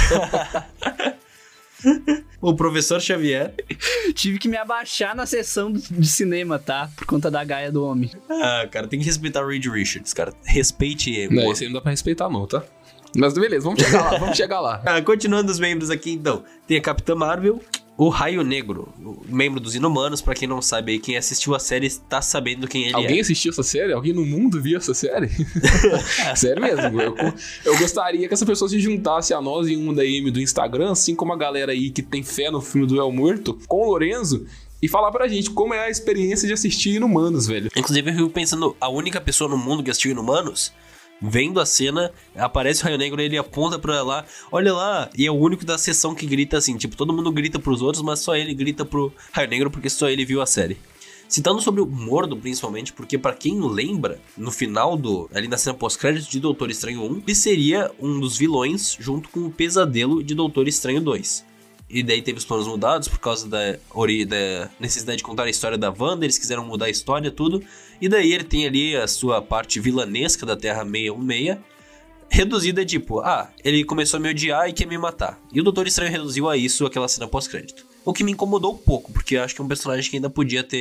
o Professor Xavier. Tive que me abaixar na sessão de cinema, tá? Por conta da gaia do homem. Ah, cara, tem que respeitar o Reed Richards, cara. Respeite ele. Não, esse aí não dá pra respeitar não, tá? Mas beleza, vamos chegar lá. Continuando os membros aqui, então. Tem a Capitã Marvel, o Raio Negro, o membro dos Inumanos. Pra quem não sabe aí, quem assistiu a série tá sabendo quem ele Alguém é. assistiu essa série? Alguém no mundo viu essa série? Sério mesmo. Eu gostaria que essa pessoa se juntasse a nós em uma DM do Instagram, assim como a galera aí que tem fé no filme do El Muerto, com o Lorenzo, e falar pra gente como é a experiência de assistir Inumanos, velho. Inclusive, eu fico pensando, a única pessoa no mundo que assistiu Inumanos, vendo a cena, aparece o Raio Negro e ele aponta pra lá, olha lá, e é o único da sessão que grita assim, tipo, todo mundo grita pros outros, mas só ele grita pro Raio Negro porque só ele viu a série. Citando sobre o Mordo, principalmente, porque pra quem lembra, no final ali na cena pós-crédito de Doutor Estranho 1, ele seria um dos vilões junto com o Pesadelo de Doutor Estranho 2. E daí teve os planos mudados por causa da necessidade de contar a história da Wanda, eles quiseram mudar a história, tudo. E daí ele tem ali a sua parte vilanesca da Terra 616, reduzida tipo, ele começou a me odiar e quer me matar. E o Doutor Estranho reduziu a isso aquela cena pós-crédito. O que me incomodou um pouco, porque eu acho que é um personagem que ainda podia ter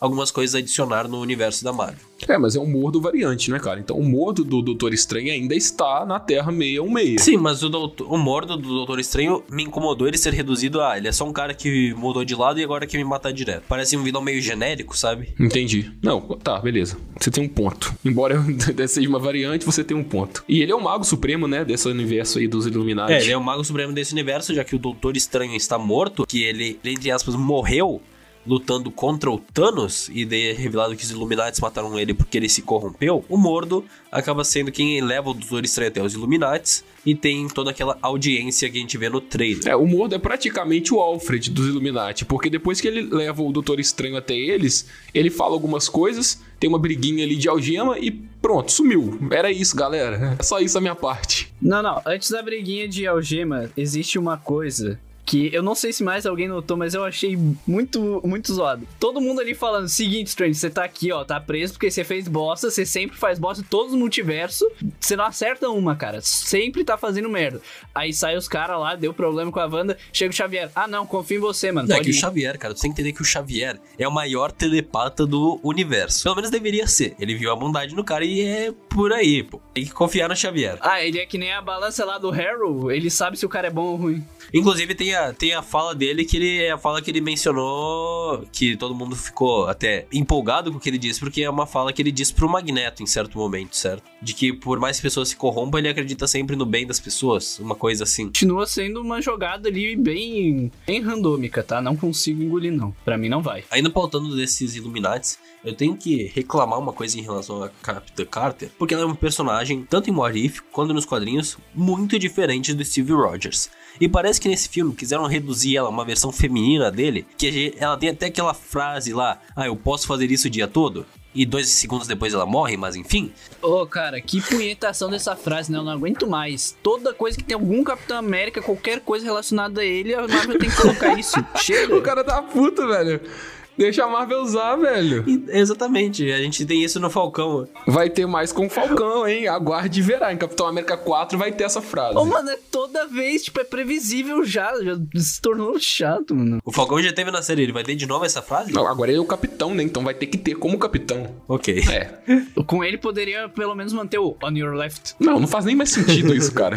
algumas coisas a adicionar no universo da Marvel. Mas é um Mordo variante, né, cara? Então o Mordo do Doutor Estranho ainda está na Terra 616. Sim, mas o Mordo do Doutor Estranho me incomodou ele ser reduzido a... Ele é só um cara que mudou de lado e agora quer me matar direto. Parece um vilão meio genérico, sabe? Entendi. Não, tá, beleza. Você tem um ponto. Embora seja uma variante, você tem um ponto. E ele é o Mago Supremo, né, desse universo aí dos Illuminati. Ele é o Mago Supremo desse universo, já que o Doutor Estranho está morto, que ele, entre aspas, morreu lutando contra o Thanos, e daí é revelado que os Illuminati mataram ele porque ele se corrompeu. O Mordo acaba sendo quem leva o Doutor Estranho até os Illuminati e tem toda aquela audiência que a gente vê no trailer. O Mordo é praticamente o Alfred dos Illuminati, porque depois que ele leva o Doutor Estranho até eles, ele fala algumas coisas, tem uma briguinha ali de algema e pronto, sumiu. Era isso, galera. É só isso a minha parte. Não. Antes da briguinha de algema, existe uma coisa que eu não sei se mais alguém notou, mas eu achei muito, muito zoado. Todo mundo ali falando, seguinte, Strange, você tá aqui, ó, tá preso porque você fez bosta, você sempre faz bosta em todos os multiversos, você não acerta uma, cara, sempre tá fazendo merda. Aí sai os caras lá, deu problema com a Wanda, chega o Xavier, não, confio em você, mano. Não, é que o Xavier, cara, tu tem que entender que o Xavier é o maior telepata do universo. Pelo menos deveria ser. Ele viu a bondade no cara e é por aí, pô. Tem que confiar no Xavier. Ele é que nem a balança lá do Harrow, ele sabe se o cara é bom ou ruim. Inclusive tem a fala dele, que ele é a fala que ele mencionou, que todo mundo ficou até empolgado com o que ele disse, porque é uma fala que ele disse pro Magneto em certo momento, certo? De que por mais que pessoas se corrompam, ele acredita sempre no bem das pessoas, uma coisa assim. Continua sendo uma jogada ali bem randômica, tá? Não consigo engolir, não. Pra mim não vai. Ainda pautando desses Illuminati, eu tenho que reclamar uma coisa em relação a Capitã Carter, porque ela é um personagem, tanto em What If quanto nos quadrinhos, muito diferente do Steve Rogers. E parece que nesse filme quiseram reduzir ela a uma versão feminina dele, que ela tem até aquela frase lá, eu posso fazer isso o dia todo? E 2 segundos depois ela morre, mas enfim. Cara, que punhetação dessa frase, né? Eu não aguento mais. Toda coisa que tem algum Capitão América, qualquer coisa relacionada a ele, a Marvel tem que colocar isso. Chega. O cara tá puto, velho. Deixa a Marvel usar, velho. Exatamente, a gente tem isso no Falcão. Vai ter mais com o Falcão, hein? Aguarde e verá. Em Capitão América 4 vai ter essa frase. Mano, é toda vez, é previsível já se tornou chato, mano. O Falcão já teve na série, ele vai ter de novo essa frase? Não, agora ele é o capitão, né? Então vai ter que ter como capitão. Ok. Com ele poderia pelo menos manter o on your left. Não faz nem mais sentido isso, cara.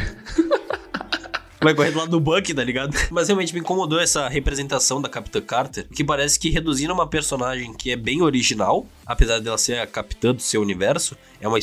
Vai correr do lado do Bucky, tá ligado? Mas realmente me incomodou essa representação da Capitã Carter, que parece que reduziram uma personagem que é bem original, apesar dela ser a capitã do seu universo,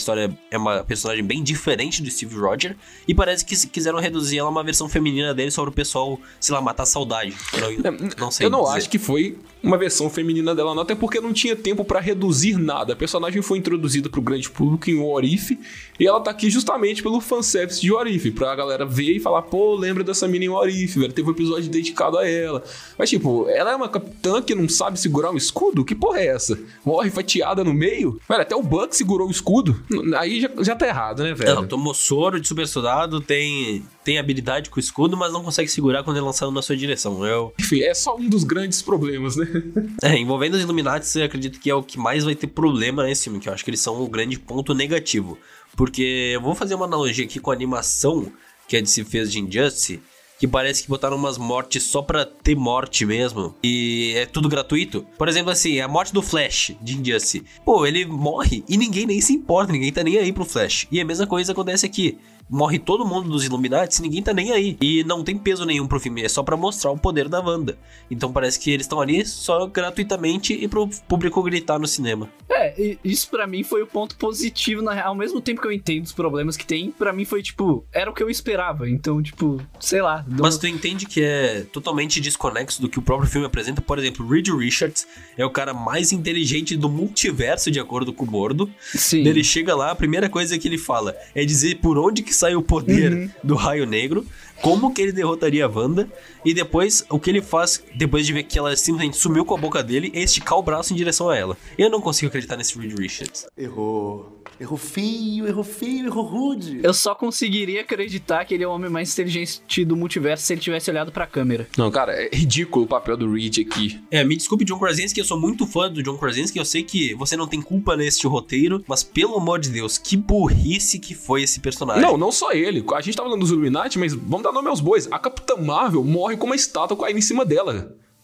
é uma personagem bem diferente do Steve Rogers, e parece que quiseram reduzir ela a uma versão feminina dele só pro pessoal, sei lá, matar a saudade. Não sei. Eu não acho que foi uma versão feminina dela, não, até porque não tinha tempo pra reduzir nada. A personagem foi introduzida pro grande público em What If, e ela tá aqui justamente pelo fanservice de What If, pra galera ver e falar, pô, lembra dessa mina em What If, velho, teve um episódio dedicado a ela. Mas tipo, ela é uma capitã que não sabe segurar um escudo? Que porra é essa? Morre fatiada no meio? Velho, até o Buck segurou o escudo. Aí já tá errado, né, velho? Ela tomou soro de super soldado, tem habilidade com o escudo, mas não consegue segurar quando é lançado na sua direção. Enfim, é só um dos grandes problemas, né? Envolvendo os Illuminati, eu acredito que é o que mais vai ter problema nesse filme, que eu acho que eles são o grande ponto negativo. Porque eu vou fazer uma analogia aqui com a animação que a DC fez de Injustice, que parece que botaram umas mortes só pra ter morte mesmo, e é tudo gratuito. Por exemplo, assim, a morte do Flash de Injustice. Pô, ele morre e ninguém nem se importa, ninguém tá nem aí pro Flash. E a mesma coisa acontece aqui. Morre todo mundo dos Illuminati, ninguém tá nem aí. E não tem peso nenhum pro filme, é só pra mostrar o poder da Wanda. Então parece que eles estão ali só gratuitamente e pro público gritar no cinema. Isso pra mim foi o ponto positivo, na real. Ao mesmo tempo que eu entendo os problemas que tem, pra mim foi tipo, era o que eu esperava. Então, tipo, sei lá. Mas tu entende que é totalmente desconexo do que o próprio filme apresenta? Por exemplo, Reed Richards é o cara mais inteligente do multiverso, de acordo com o Mordo. Sim. Ele chega lá, a primeira coisa que ele fala é dizer por onde que sai o poder do Raio Negro, como que ele derrotaria a Wanda, e depois, o que ele faz, depois de ver que ela simplesmente sumiu com a boca dele, é esticar o braço em direção a ela. Eu não consigo acreditar nesse Reed Richards. Errou feio, errou rude. Eu só conseguiria acreditar que ele é o homem mais inteligente do multiverso se ele tivesse olhado pra câmera. Não, cara, é ridículo o papel do Reed aqui. Me desculpe, John Krasinski, eu sou muito fã do John Krasinski, eu sei que você não tem culpa neste roteiro, mas pelo amor de Deus, que burrice que foi esse personagem. Não só ele. A gente tá falando dos Illuminati, mas vamos dar nome aos bois. A Capitã Marvel morre com uma estátua caindo em cima dela.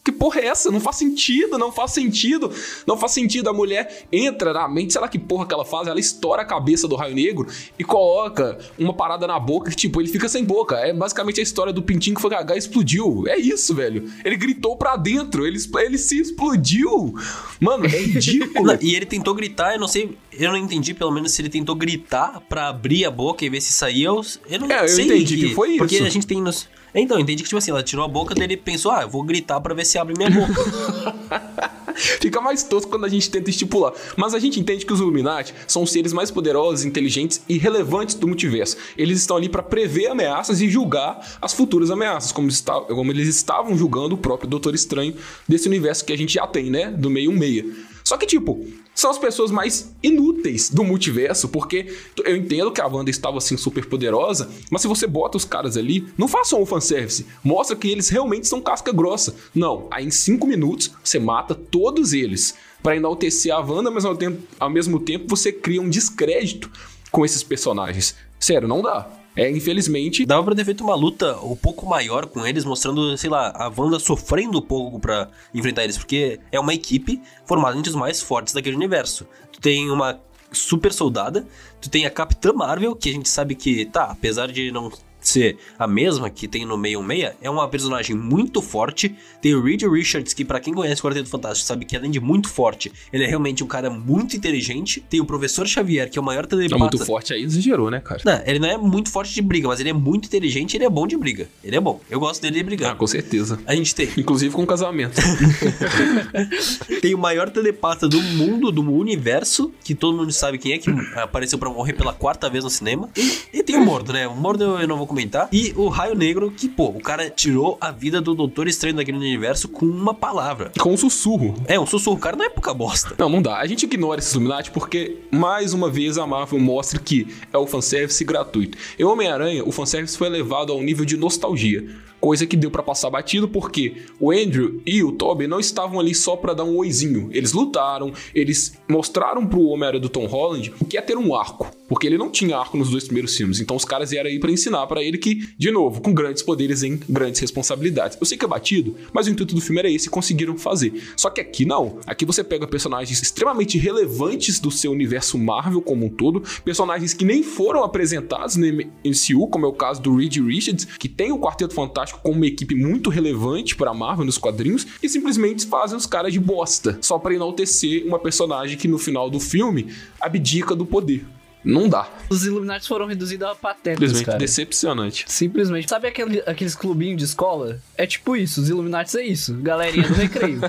Que porra é essa? Não faz sentido, não faz sentido. Não faz sentido. A mulher entra na mente, sei lá que porra que ela faz, ela estoura a cabeça do Raio Negro e coloca uma parada na boca que, tipo, ele fica sem boca. É basicamente a história do pintinho que foi cagar e explodiu. É isso, velho. Ele gritou pra dentro, ele se explodiu. Mano, é ridículo. E ele tentou gritar, eu não entendi pelo menos se ele tentou gritar pra abrir a boca e ver se saía. Eu não sei. Eu entendi que foi isso. Porque a gente tem nos... Então, eu entendi que, tipo assim, ela tirou a boca dele e pensou, eu vou gritar pra ver se abre minha boca. Fica mais tosco quando a gente tenta estipular. Mas a gente entende que os Illuminati são os seres mais poderosos, inteligentes e relevantes do multiverso. Eles estão ali pra prever ameaças e julgar as futuras ameaças, como eles estavam julgando o próprio Doutor Estranho desse universo que a gente já tem, né? Do 616. Só que, tipo, são as pessoas mais inúteis do multiverso, porque eu entendo que a Wanda estava, assim, super poderosa, mas se você bota os caras ali, não façam um fanservice. Mostra que eles realmente são casca grossa. Não, aí em 5 minutos você mata todos eles para enaltecer a Wanda, mas ao mesmo tempo você cria um descrédito com esses personagens. Sério, não dá. Infelizmente... Dava pra ter feito uma luta um pouco maior com eles, mostrando, sei lá, a Wanda sofrendo um pouco pra enfrentar eles, porque é uma equipe formada entre os mais fortes daquele universo. Tu tem uma super soldada, tu tem a Capitã Marvel, que a gente sabe que, apesar de não ser a mesma que tem no 616, é uma personagem muito forte. Tem o Reed Richards, que pra quem conhece o Quarteto Fantástico sabe que além de muito forte, ele é realmente um cara muito inteligente. Tem o Professor Xavier, que é o maior telepata. Muito forte aí, exagerou, né, cara? Não, ele não é muito forte de briga, mas ele é muito inteligente e ele é bom de briga. Ele é bom. Eu gosto dele de brigar. Com certeza. A gente tem. Inclusive com casamento. Tem o maior telepata do mundo, do universo, que todo mundo sabe quem é, que apareceu pra morrer pela 4ª vez no cinema. E tem o Mordo, né? O Mordo eu não vou comentar. E o Raio Negro, que, o cara tirou a vida do Doutor Estranho daquele universo com uma palavra. Com um sussurro. Um sussurro. O cara não é pouca bosta. Não dá. A gente ignora esses Illuminati porque, mais uma vez, a Marvel mostra que é o fanservice gratuito. Em Homem-Aranha, o fanservice foi elevado ao nível de nostalgia. Coisa que deu pra passar batido porque o Andrew e o Tobey não estavam ali só pra dar um oizinho. Eles lutaram, eles mostraram pro Homem-Aranha do Tom Holland o que é ter um arco. Porque ele não tinha arco nos 2 primeiros filmes. Então os caras vieram aí pra ensinar pra ele que, de novo, com grandes poderes em grandes responsabilidades. Eu sei que é batido, mas o intuito do filme era esse e conseguiram fazer. Só que aqui não. Aqui você pega personagens extremamente relevantes do seu universo Marvel como um todo. Personagens que nem foram apresentados no MCU, como é o caso do Reed Richards, que tem o Quarteto Fantástico como uma equipe muito relevante pra Marvel nos quadrinhos, e simplesmente fazem os caras de bosta, só pra enaltecer uma personagem que no final do filme abdica do poder. Não dá. Os Illuminati foram reduzidos a patéticos, simplesmente cara. Decepcionante. Simplesmente. Sabe aqueles clubinhos de escola? É tipo isso, os Illuminati é isso. Galerinha do recreio.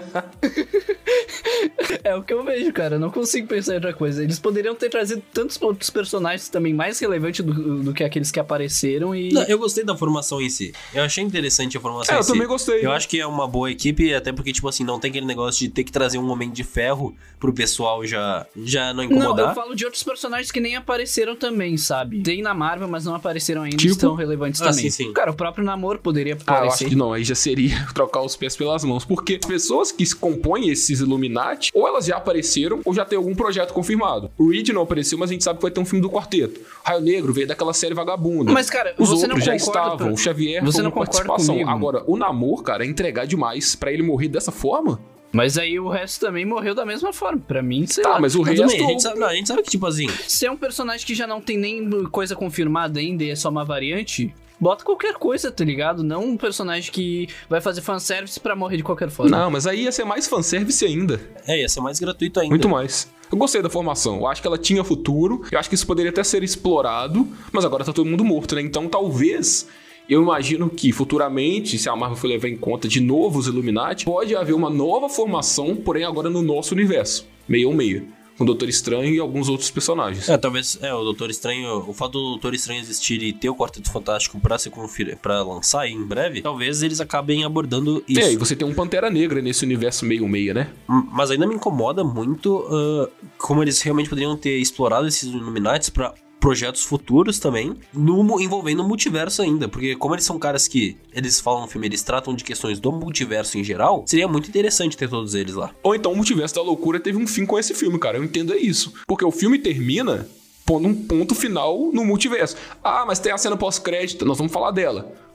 É o que eu vejo, cara. Eu não consigo pensar em outra coisa. Eles poderiam ter trazido tantos outros personagens também mais relevantes do que aqueles que apareceram e... Não, eu gostei da formação em si. Eu achei interessante a formação em si. Eu também gostei. Eu acho que é uma boa equipe, até porque, tipo assim, não tem aquele negócio de ter que trazer um Homem de Ferro pro pessoal já não incomodar. Não, eu falo de outros personagens que nem apareceram também, sabe? Tem na Marvel, mas não apareceram ainda, tipo? estão relevantes também. Sim. Cara, o próprio Namor poderia aparecer. Eu acho que não, aí já seria trocar os pés pelas mãos, porque as pessoas que se compõem esses Illuminati, ou elas já apareceram, ou já tem algum projeto confirmado. O Reed não apareceu, mas a gente sabe que vai ter um filme do Quarteto. Raio Negro veio daquela série Vagabunda. Mas, cara, os você outros não já concorda, estavam. O Xavier você foi não uma concorda participação. comigo? Agora, o Namor, cara, é entregar demais pra ele morrer dessa forma. Mas aí o resto também morreu da mesma forma. Pra mim, sei lá. Mas o resto... Bem, a gente sabe que, tipo assim... Se é um personagem que já não tem nem coisa confirmada ainda e é só uma variante... Bota qualquer coisa, tá ligado? Não um personagem que vai fazer fanservice pra morrer de qualquer forma. Não, mas aí ia ser mais fanservice ainda. Ia ser mais gratuito ainda. Muito mais. Eu gostei da formação. Eu acho que ela tinha futuro. Eu acho que isso poderia até ser explorado. Mas agora tá todo mundo morto, né? Então talvez... Eu imagino que futuramente, se a Marvel for levar em conta de novo os Illuminati, pode haver uma nova formação, porém agora no nosso universo. 616. Com o Doutor Estranho e alguns outros personagens. Talvez o Doutor Estranho, o fato do Doutor Estranho existir e ter o Quarteto Fantástico pra lançar aí em breve, talvez eles acabem abordando isso. E você tem um Pantera Negra nesse universo 616, né? Mas ainda me incomoda muito como eles realmente poderiam ter explorado esses Illuminati pra projetos futuros também, envolvendo o multiverso ainda, porque como eles são caras que, eles falam no filme, eles tratam de questões do multiverso em geral, seria muito interessante ter todos eles lá. Ou então o Multiverso da Loucura teve um fim com esse filme, cara, eu entendo isso, porque o filme termina pondo um ponto final no multiverso. Mas tem a cena pós-crédito, nós vamos falar dela.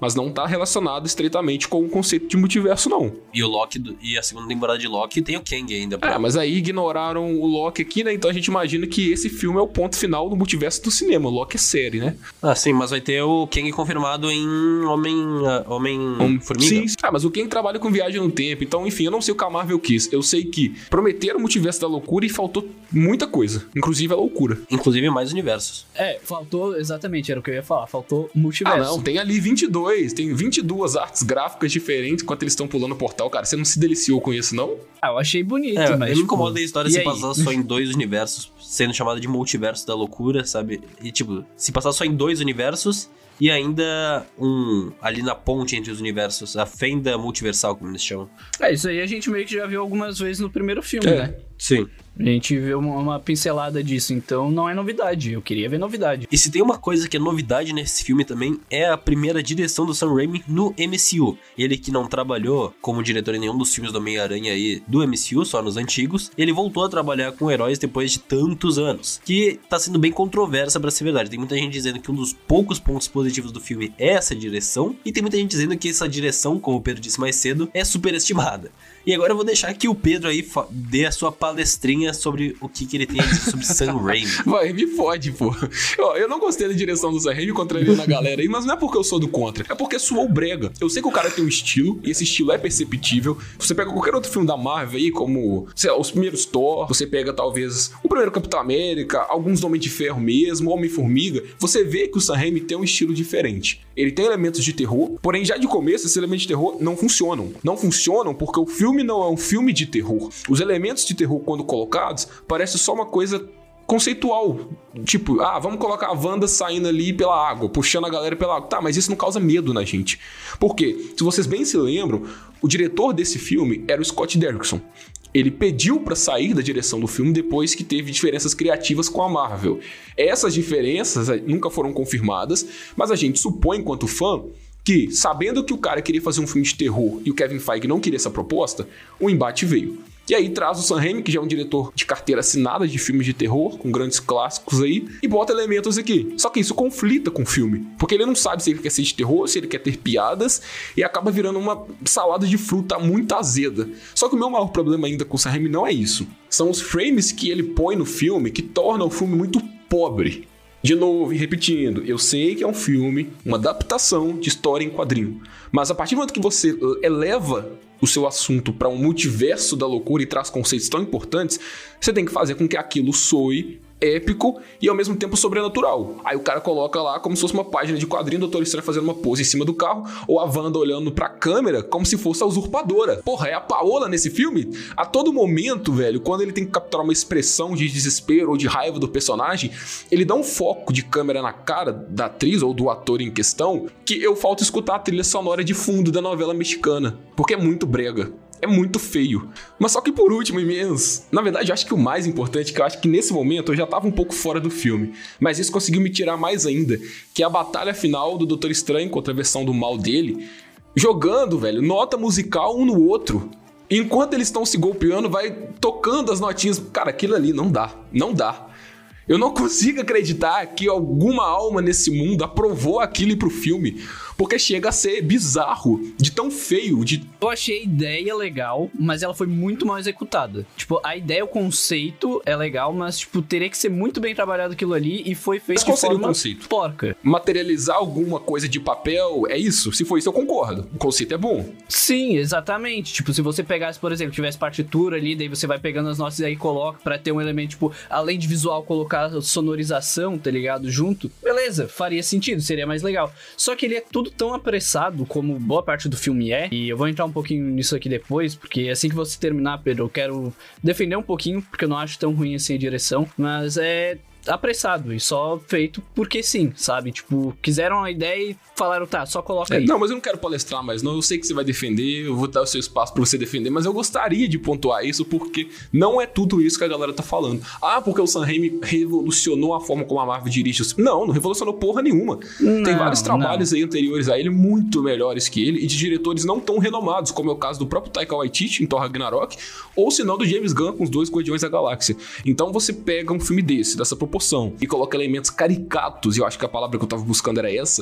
mas não tá relacionado estreitamente com o conceito de multiverso, não. E o Loki, e a segunda temporada de Loki tem o Kang ainda. Mas aí ignoraram o Loki aqui, né? Então a gente imagina que esse filme é o ponto final do multiverso do cinema. O Loki é série, né? Ah, sim, mas vai ter o Kang confirmado em Homem-Formiga. Sim, mas o Kang trabalha com viagem no tempo. Então, enfim, eu não sei o que a Marvel quis. Eu sei que prometeram o multiverso da loucura e faltou muita coisa. Inclusive a loucura. Inclusive mais universos. Faltou, exatamente, era o que eu ia falar. Faltou multiverso. Não, tem ali 22. Tem 22 artes gráficas diferentes enquanto eles estão pulando o portal. Cara, você não se deliciou com isso, não? Eu achei bonito, mas... Eu me incomoda a história se aí? passar só em 2 universos, sendo chamado de multiverso da loucura, sabe? E, tipo, se passar só em 2 universos e ainda ali na ponte entre os universos, a fenda multiversal, como eles chamam. Isso aí a gente meio que já viu algumas vezes no primeiro filme, né? Sim. A gente viu uma pincelada disso, então não é novidade. Eu queria ver novidade. E se tem uma coisa que é novidade nesse filme também, é a primeira direção do Sam Raimi no MCU. Ele que não trabalhou como diretor em nenhum dos filmes do Homem-Aranha aí do MCU, só nos antigos, ele voltou a trabalhar com heróis depois de tantos anos. Que tá sendo bem controversa pra ser verdade. Tem muita gente dizendo que um dos poucos pontos positivos do filme é essa direção, e tem muita gente dizendo que essa direção, como o Pedro disse mais cedo, é superestimada. E agora eu vou deixar que o Pedro aí dê a sua palestrinha sobre o que ele tem a dizer sobre Sam Raimi. Vai, me fode, pô. Eu não gostei da direção do Sam Raimi, contrariando a galera aí, mas não é porque eu sou do contra, é porque suou brega. Eu sei que o cara tem um estilo, e esse estilo é perceptível. Você pega qualquer outro filme da Marvel aí, como, sei lá, os primeiros Thor, você pega talvez o primeiro Capitão América, alguns do Homem de Ferro mesmo, Homem-Formiga, você vê que o Sam Raimi tem um estilo diferente. Ele tem elementos de terror, porém já de começo esses elementos de terror não funcionam. Não funcionam porque o filme não é um filme de terror. Os elementos de terror, quando colocados, parece só uma coisa conceitual. Tipo, vamos colocar a Wanda saindo ali pela água, puxando a galera pela água. Tá, mas isso não causa medo na gente. Por quê? Se vocês bem se lembram, o diretor desse filme era o Scott Derrickson. Ele pediu pra sair da direção do filme depois que teve diferenças criativas com a Marvel. Essas diferenças nunca foram confirmadas, mas a gente supõe, enquanto fã, que, sabendo que o cara queria fazer um filme de terror e o Kevin Feige não queria essa proposta, o embate veio. E aí traz o Sam Raimi, que já é um diretor de carteira assinada de filmes de terror, com grandes clássicos aí, e bota elementos aqui. Só que isso conflita com o filme, porque ele não sabe se ele quer ser de terror, se ele quer ter piadas, e acaba virando uma salada de fruta muito azeda. Só que o meu maior problema ainda com o Sam Raimi não é isso. São os frames que ele põe no filme que tornam o filme muito pobre. De novo, e repetindo, eu sei que é um filme, uma adaptação de história em quadrinho, mas a partir do momento que você eleva o seu assunto para um multiverso da loucura e traz conceitos tão importantes, você tem que fazer com que aquilo soe épico e ao mesmo tempo sobrenatural. Aí o cara coloca lá como se fosse uma página de quadrinho, do Doutor Estranho fazendo uma pose em cima do carro, ou a Wanda olhando pra câmera como se fosse a usurpadora. Porra, é a Paola nesse filme? A todo momento, velho, quando ele tem que capturar uma expressão de desespero ou de raiva do personagem, ele dá um foco de câmera na cara da atriz ou do ator em questão, que eu falto escutar a trilha sonora de fundo da novela mexicana, porque é muito brega. É muito feio. Mas só que por último, imenso. Na verdade, eu acho que o mais importante, que eu acho que nesse momento eu já tava um pouco fora do filme, mas isso conseguiu me tirar mais ainda, que é a batalha final do Doutor Estranho contra a versão do mal dele, jogando, velho, nota musical um no outro. Enquanto eles estão se golpeando, vai tocando as notinhas. Cara, aquilo ali não dá. Não dá. Eu não consigo acreditar que alguma alma nesse mundo aprovou aquilo ir pro filme, porque chega a ser bizarro, de tão feio, Eu achei a ideia legal, mas ela foi muito mal executada. Tipo, a ideia, o conceito é legal, mas, tipo, teria que ser muito bem trabalhado aquilo ali e foi feito mas qual de seria forma o conceito? porca. Materializar alguma coisa de papel, é isso? Se for isso, eu concordo. O conceito é bom. Sim, exatamente. Tipo, se você pegasse, por exemplo, tivesse partitura ali, daí você vai pegando as notas e aí coloca pra ter um elemento, tipo, além de visual, colocar sonorização, tá ligado? Junto. Beleza, faria sentido, seria mais legal. Só que ele é tudo tão apressado, como boa parte do filme é, e eu vou entrar um pouquinho nisso aqui depois, porque assim que você terminar, Pedro, eu quero defender um pouquinho, porque eu não acho tão ruim assim a direção, mas é apressado e só feito porque sim, sabe? Tipo, quiseram a ideia e falaram, tá, só coloca aí. Não, mas eu não quero palestrar mais, não. Eu sei que você vai defender, eu vou dar o seu espaço pra você defender, mas eu gostaria de pontuar isso porque não é tudo isso que a galera tá falando. Porque o Sam Raimi revolucionou a forma como a Marvel dirige os... Não revolucionou porra nenhuma. Tem vários trabalhos aí anteriores a ele, muito melhores que ele, e de diretores não tão renomados, como é o caso do próprio Taika Waititi em Thor Ragnarok, ou se não do James Gunn com os dois Guardiões da Galáxia. Então você pega um filme desse, dessa proporção, e coloca elementos caricatos, e eu acho que a palavra que eu tava buscando era essa,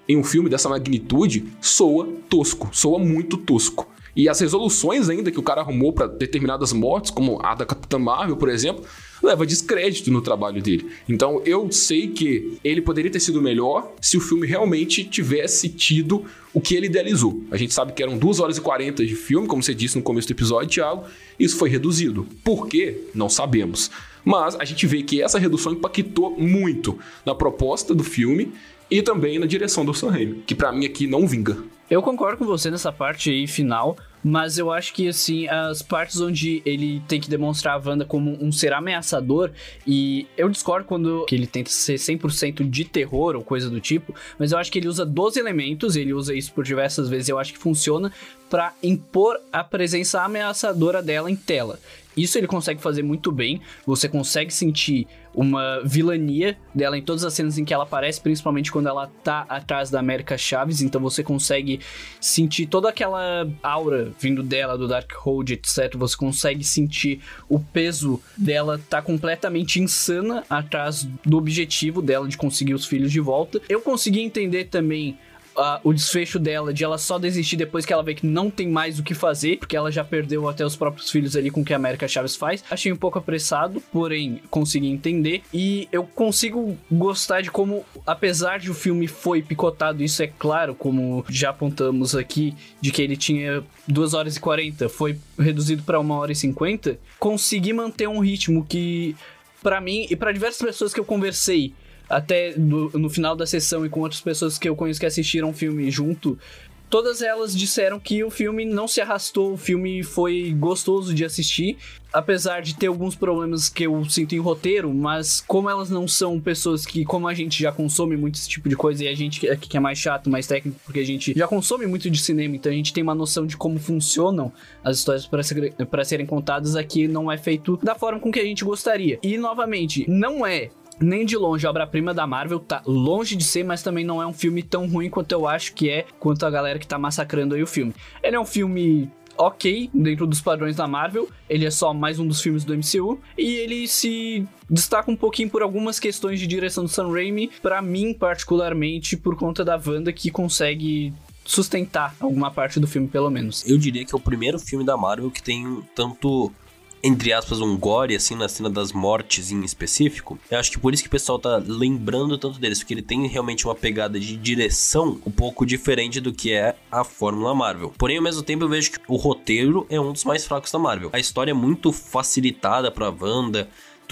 em um filme dessa magnitude soa tosco, soa muito tosco. E as resoluções ainda que o cara arrumou pra determinadas mortes, como a da Capitã Marvel, por exemplo, leva descrédito no trabalho dele. Então eu sei que ele poderia ter sido melhor se o filme realmente tivesse tido o que ele idealizou. A gente sabe que eram 2 horas e 40 de filme, como você disse no começo do episódio, Thiago. Isso foi reduzido. Por quê? Não sabemos. Mas a gente vê que essa redução impactou muito na proposta do filme e também na direção do Sam Raimi, que pra mim aqui não vinga. Eu concordo com você nessa parte aí final, mas eu acho que, assim, as partes onde ele tem que demonstrar a Wanda como um ser ameaçador, e eu discordo quando que ele tenta ser 100% de terror ou coisa do tipo, mas eu acho que ele usa 12 elementos, ele usa isso por diversas vezes, e eu acho que funciona pra impor a presença ameaçadora dela em tela. Isso ele consegue fazer muito bem, você consegue sentir uma vilania dela em todas as cenas em que ela aparece, principalmente quando ela tá atrás da América Chaves, então você consegue sentir toda aquela aura vindo dela, do Darkhold, etc. Você consegue sentir o peso dela tá completamente insana atrás do objetivo dela de conseguir os filhos de volta. Eu consegui entender também o desfecho dela, de ela só desistir depois que ela vê que não tem mais o que fazer, porque ela já perdeu até os próprios filhos ali com o que a América Chaves faz. Achei um pouco apressado, porém consegui entender, e eu consigo gostar de como, apesar de o filme foi picotado, isso é claro, como já apontamos aqui, de que ele tinha 2 horas e 40, foi reduzido para 1 hora e 50, consegui manter um ritmo que, pra mim e pra diversas pessoas que eu conversei até no final da sessão e com outras pessoas que eu conheço que assistiram o filme junto, todas elas disseram que o filme não se arrastou, o filme foi gostoso de assistir, apesar de ter alguns problemas que eu sinto em roteiro, mas como elas não são pessoas que, como a gente já consome muito esse tipo de coisa, e a gente aqui que é mais chato, mais técnico, porque a gente já consome muito de cinema, então a gente tem uma noção de como funcionam as histórias para serem contadas, aqui não é feito da forma com que a gente gostaria. E, novamente, não é nem de longe a obra-prima da Marvel, tá longe de ser, mas também não é um filme tão ruim quanto eu acho que é, quanto a galera que tá massacrando aí o filme. Ele é um filme ok, dentro dos padrões da Marvel, ele é só mais um dos filmes do MCU, e ele se destaca um pouquinho por algumas questões de direção do Sam Raimi, pra mim particularmente por conta da Wanda, que consegue sustentar alguma parte do filme, pelo menos. Eu diria que é o primeiro filme da Marvel que tem tanto, entre aspas, um gore, assim, na cena das mortes em específico. Eu acho que por isso que o pessoal tá lembrando tanto deles, porque ele tem realmente uma pegada de direção um pouco diferente do que é a fórmula Marvel. Porém, ao mesmo tempo, eu vejo que o roteiro é um dos mais fracos da Marvel. A história é muito facilitada pra Wanda,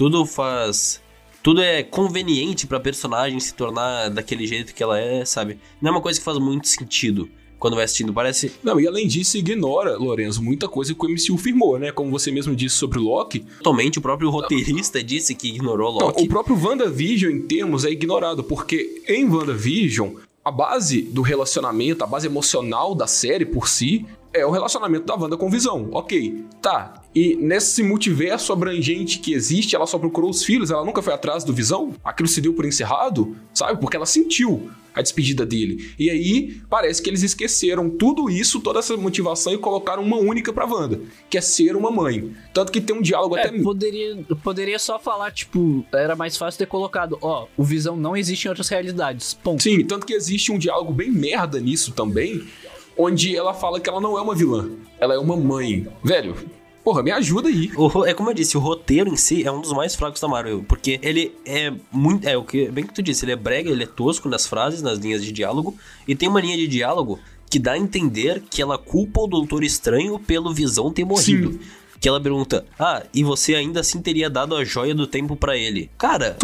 tudo é conveniente pra personagem se tornar daquele jeito que ela é, sabe? Não é uma coisa que faz muito sentido quando vai assistindo, parece... Não, e além disso, ignora, Lorenzo, muita coisa que o MCU firmou, né? Como você mesmo disse sobre o Loki. Totalmente, o próprio roteirista disse que ignorou o Loki. Não, o próprio WandaVision, em termos, é ignorado, porque em WandaVision, a base do relacionamento, a base emocional da série por si, é o relacionamento da Wanda com Visão. Ok, tá. E nesse multiverso abrangente que existe, ela só procurou os filhos, ela nunca foi atrás do Visão? Aquilo se deu por encerrado, sabe? Porque ela sentiu a despedida dele. E aí, parece que eles esqueceram tudo isso, toda essa motivação, e colocaram uma única pra Wanda, que é ser uma mãe. Tanto que tem um diálogo até... Poderia só falar, tipo, era mais fácil ter colocado, o Visão não existe em outras realidades, ponto. Sim, tanto que existe um diálogo bem merda nisso também, onde ela fala que ela não é uma vilã, ela é uma mãe. Velho, porra, me ajuda aí. É como eu disse, o roteiro em si é um dos mais fracos da Marvel, porque ele é muito... É o que bem que tu disse, ele é brega, ele é tosco nas frases, nas linhas de diálogo, e tem uma linha de diálogo que dá a entender que ela culpa o Doutor Estranho pelo Visão ter morrido. Sim. Que ela pergunta, e você ainda assim teria dado a joia do tempo pra ele. Cara...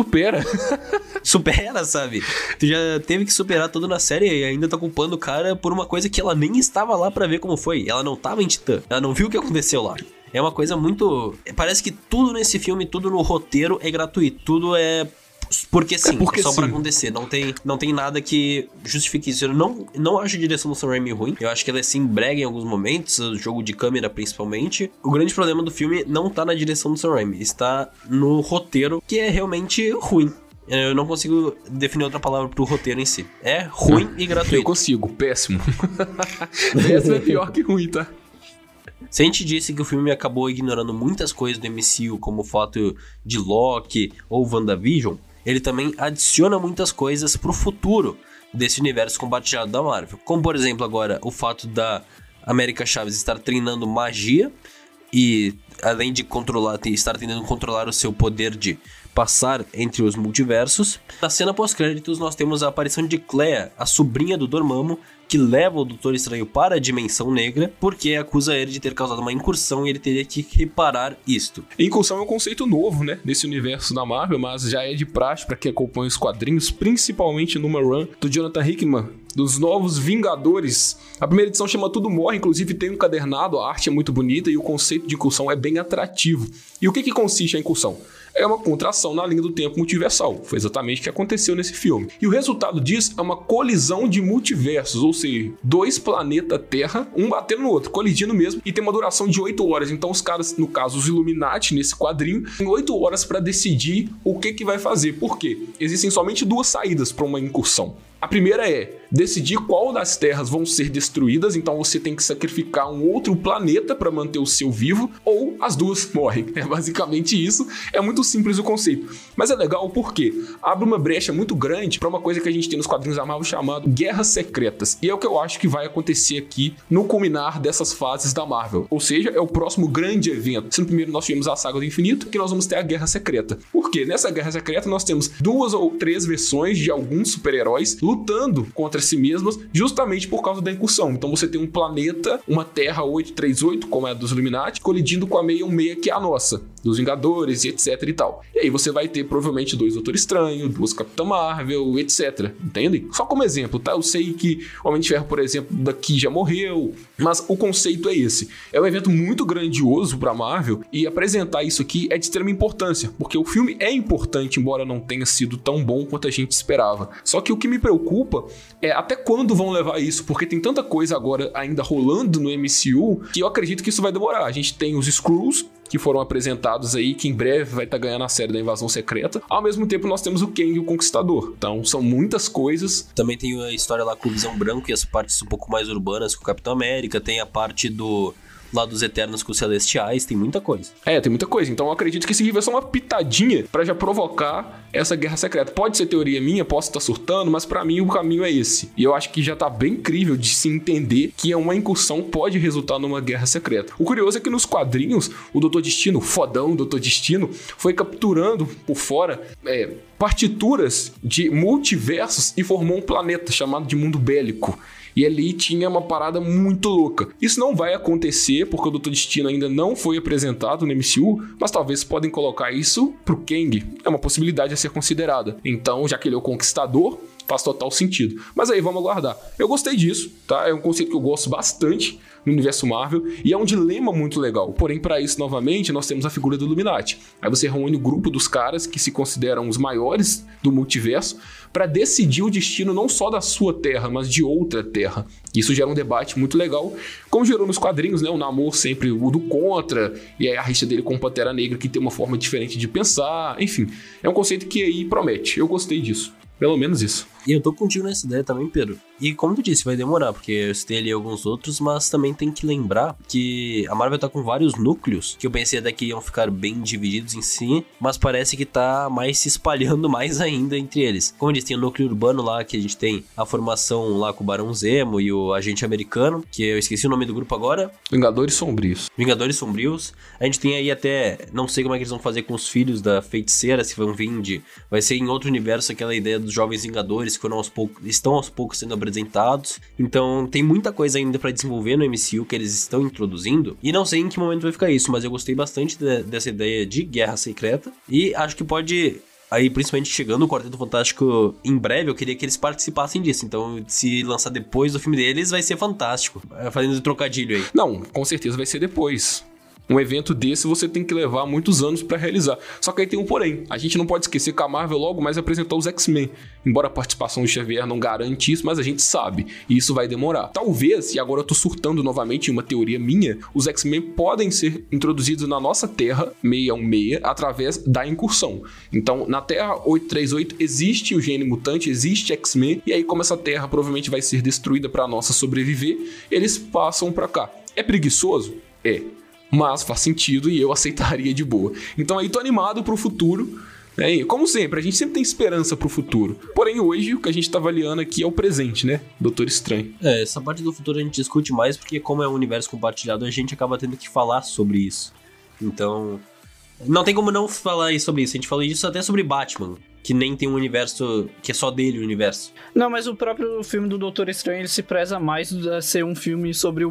Supera, sabe? Tu já teve que superar tudo na série e ainda tá culpando o cara por uma coisa que ela nem estava lá pra ver como foi. Ela não tava em Titã, ela não viu o que aconteceu lá. É uma coisa muito... Parece que tudo nesse filme, tudo no roteiro é gratuito. Tudo é... Porque sim, só pra acontecer. Não tem nada que justifique isso. Eu não acho a direção do Sam Raimi ruim. Eu acho que ela é sim brega em alguns momentos, o jogo de câmera principalmente. O grande problema do filme não tá na direção do Sam Raimi, está no roteiro, que é realmente ruim. Eu não consigo definir outra palavra pro roteiro em si. É ruim e gratuito. Eu consigo, péssimo. Péssimo é pior que ruim, tá? Se a gente disse que o filme acabou ignorando muitas coisas do MCU, como o fato de Loki ou WandaVision, ele também adiciona muitas coisas pro futuro, desse universo compartilhado da Marvel. Como, por exemplo, agora o fato da América Chaves estar treinando magia e, além de estar tentando controlar o seu poder de passar entre os multiversos. Na cena pós-créditos nós temos a aparição de Clea, a sobrinha do Dormammu, que leva o Doutor Estranho para a Dimensão Negra, porque acusa ele de ter causado uma incursão e ele teria que reparar isto. Incursão é um conceito novo, né, desse universo da Marvel, mas já é de praxe para quem acompanha os quadrinhos, principalmente numa run do Jonathan Hickman, dos Novos Vingadores. A primeira edição chama Tudo Morre, inclusive tem um encadernado, a arte é muito bonita e o conceito de incursão é bem atrativo. E o que consiste a incursão? É uma contração na linha do tempo multiversal. Foi exatamente o que aconteceu nesse filme. E o resultado disso é uma colisão de multiversos, ou seja, 2 planetas Terra, um batendo no outro, colidindo mesmo, e tem uma duração de 8 horas. Então os caras, no caso os Illuminati, nesse quadrinho, tem 8 horas para decidir o que vai fazer. Por quê? Existem somente 2 saídas para uma incursão. A primeira é decidir qual das terras vão ser destruídas, então você tem que sacrificar um outro planeta para manter o seu vivo, ou as 2 morrem. É basicamente isso, é muito simples o conceito. Mas é legal porque abre uma brecha muito grande para uma coisa que a gente tem nos quadrinhos da Marvel chamado Guerras Secretas. E é o que eu acho que vai acontecer aqui no culminar dessas fases da Marvel. Ou seja, é o próximo grande evento. Se no primeiro nós tivemos a Saga do Infinito, que nós vamos ter a Guerra Secreta. Por quê? Nessa Guerra Secreta nós temos 2 ou 3 versões de alguns super-heróis lutando contra si mesmas, justamente por causa da incursão. Então você tem um planeta, uma Terra 838, como é a dos Illuminati, colidindo com a 616, que é a nossa, dos Vingadores, etc e tal. E aí você vai ter provavelmente 2 Doutor Estranho, 2 Capitã Marvel, etc. Entendem? Só como exemplo, tá? Eu sei que o Homem de Ferro, por exemplo, daqui já morreu, mas o conceito é esse. É um evento muito grandioso pra Marvel e apresentar isso aqui é de extrema importância, porque o filme é importante, embora não tenha sido tão bom quanto a gente esperava. Só que o que me preocupa é até quando vão levar isso, porque tem tanta coisa agora ainda rolando no MCU que eu acredito que isso vai demorar. A gente tem os Skrulls, que foram apresentados aí, que em breve vai estar ganhando a série da Invasão Secreta. Ao mesmo tempo, nós temos o Kang, o Conquistador. Então, são muitas coisas. Também tem a história lá com o Visão Branco e as partes um pouco mais urbanas com o Capitão América. Tem a parte do lá dos Eternos com os Celestiais, tem muita coisa. Tem muita coisa. Então eu acredito que esse aqui vai ser uma pitadinha pra já provocar essa guerra secreta. Pode ser teoria minha, posso estar surtando, mas pra mim o caminho é esse. E eu acho que já tá bem incrível de se entender que uma incursão pode resultar numa guerra secreta. O curioso é que nos quadrinhos, o Doutor Destino, fodão Doutor Destino, foi capturando por fora partituras de multiversos e formou um planeta chamado de Mundo Bélico. E ali tinha uma parada muito louca. Isso não vai acontecer porque o Doutor Destino ainda não foi apresentado no MCU, mas talvez podem colocar isso pro Kang. É uma possibilidade a ser considerada. Então, já que ele é o Conquistador, faz total sentido. Mas aí, vamos aguardar. Eu gostei disso, tá? É um conceito que eu gosto bastante no universo Marvel e é um dilema muito legal. Porém, para isso, novamente, nós temos a figura do Illuminati. Aí você reúne o grupo dos caras que se consideram os maiores do multiverso para decidir o destino não só da sua terra, mas de outra terra. Isso gera um debate muito legal, como gerou nos quadrinhos, né? O Namor sempre o do contra, e aí a rixa dele com o Pantera Negra, que tem uma forma diferente de pensar. Enfim, é um conceito que aí promete. Eu gostei disso. Pelo menos isso. E eu tô contigo nessa ideia também, Pedro. E como tu disse, vai demorar, porque eu citei ali alguns outros, mas também tem que lembrar que a Marvel tá com vários núcleos, que eu pensei até que iam ficar bem divididos em si, mas parece que tá mais se espalhando mais ainda entre eles. Como eu disse, tem o núcleo urbano lá, que a gente tem a formação lá com o Barão Zemo e o Agente Americano, que eu esqueci o nome do grupo agora. Vingadores Sombrios. Vingadores Sombrios. A gente tem aí até, não sei como é que eles vão fazer com os filhos da Feiticeira, se vão vir de... Vai ser em outro universo aquela ideia dos Jovens Vingadores, que foram estão aos poucos sendo apresentados. Então tem muita coisa ainda pra desenvolver no MCU que eles estão introduzindo. E não sei em que momento vai ficar isso, mas eu gostei bastante dessa ideia de Guerra Secreta. E acho que pode... Aí, principalmente chegando o Quarteto Fantástico em breve, eu queria que eles participassem disso. Então, se lançar depois do filme deles, vai ser fantástico. Fazendo trocadilho aí. Não, com certeza vai ser depois. Um evento desse você tem que levar muitos anos pra realizar. Só que aí tem um porém. A gente não pode esquecer que a Marvel logo mais apresentou os X-Men. Embora a participação do Xavier não garante isso, mas a gente sabe. E isso vai demorar. Talvez, e agora eu tô surtando novamente em uma teoria minha, os X-Men podem ser introduzidos na nossa Terra 616 através da incursão. Então, na Terra 838 existe o gene mutante, existe X-Men. E aí, como essa Terra provavelmente vai ser destruída pra nossa sobreviver, eles passam pra cá. É preguiçoso? É. Mas faz sentido e eu aceitaria de boa. Então aí tô animado pro futuro, E, como sempre, a gente sempre tem esperança pro futuro. Porém, hoje, o que a gente tá avaliando aqui é o presente, né? Doutor Estranho. Essa parte do futuro a gente discute mais porque, como é um universo compartilhado, a gente acaba tendo que falar sobre isso. Então, não tem como não falar sobre isso. A gente falou isso até sobre Batman, que nem tem um universo que é só dele, o universo. Não, mas o próprio filme do Doutor Estranho, ele se preza mais a ser um filme sobre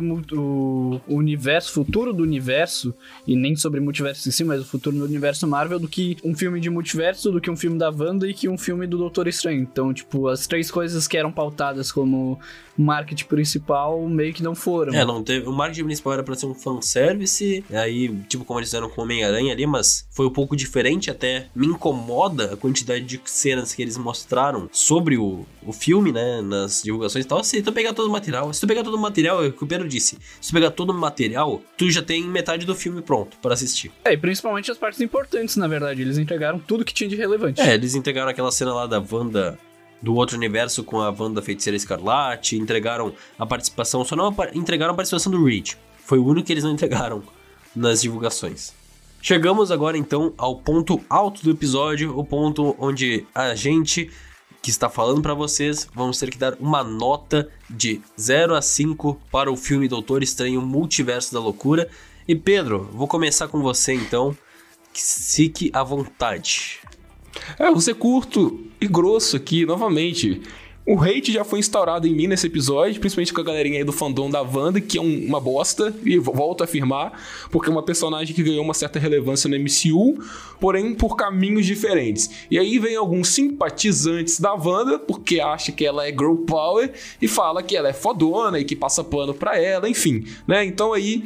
o universo, futuro do universo, e nem sobre multiverso em si, mas o futuro do universo Marvel, do que um filme de multiverso, do que um filme da Wanda e que um filme do Doutor Estranho. Então, tipo, as três coisas que eram pautadas como marketing principal, meio que não foram. Não teve. O marketing principal era pra ser um fanservice, aí, tipo, como eles fizeram com o Homem-Aranha ali, mas foi um pouco diferente, até me incomoda a quantidade de cenas que eles mostraram sobre o filme, né, nas divulgações e tal. Se tu pegar todo o material, é o que o Pedro disse, se tu pegar todo o material, tu já tem metade do filme pronto pra assistir. E principalmente as partes importantes, na verdade, eles entregaram tudo que tinha de relevante. Eles entregaram aquela cena lá da Wanda do outro universo com a Wanda Feiticeira Escarlate, entregaram a participação, só não entregaram a participação do Reed. Foi o único que eles não entregaram nas divulgações. Chegamos agora então ao ponto alto do episódio, o ponto onde a gente que está falando pra vocês vamos ter que dar uma nota de 0 a 5 para o filme Doutor Estranho Multiverso da Loucura. E Pedro, vou começar com você então, fique à vontade. Vou ser curto e grosso aqui, novamente. O hate já foi instaurado em mim nesse episódio, principalmente com a galerinha aí do fandom da Wanda, que é uma bosta, e volto a afirmar, porque é uma personagem que ganhou uma certa relevância no MCU, porém por caminhos diferentes. E aí vem alguns simpatizantes da Wanda, porque acha que ela é girl power, e fala que ela é fodona e que passa pano pra ela, enfim, né? Então aí,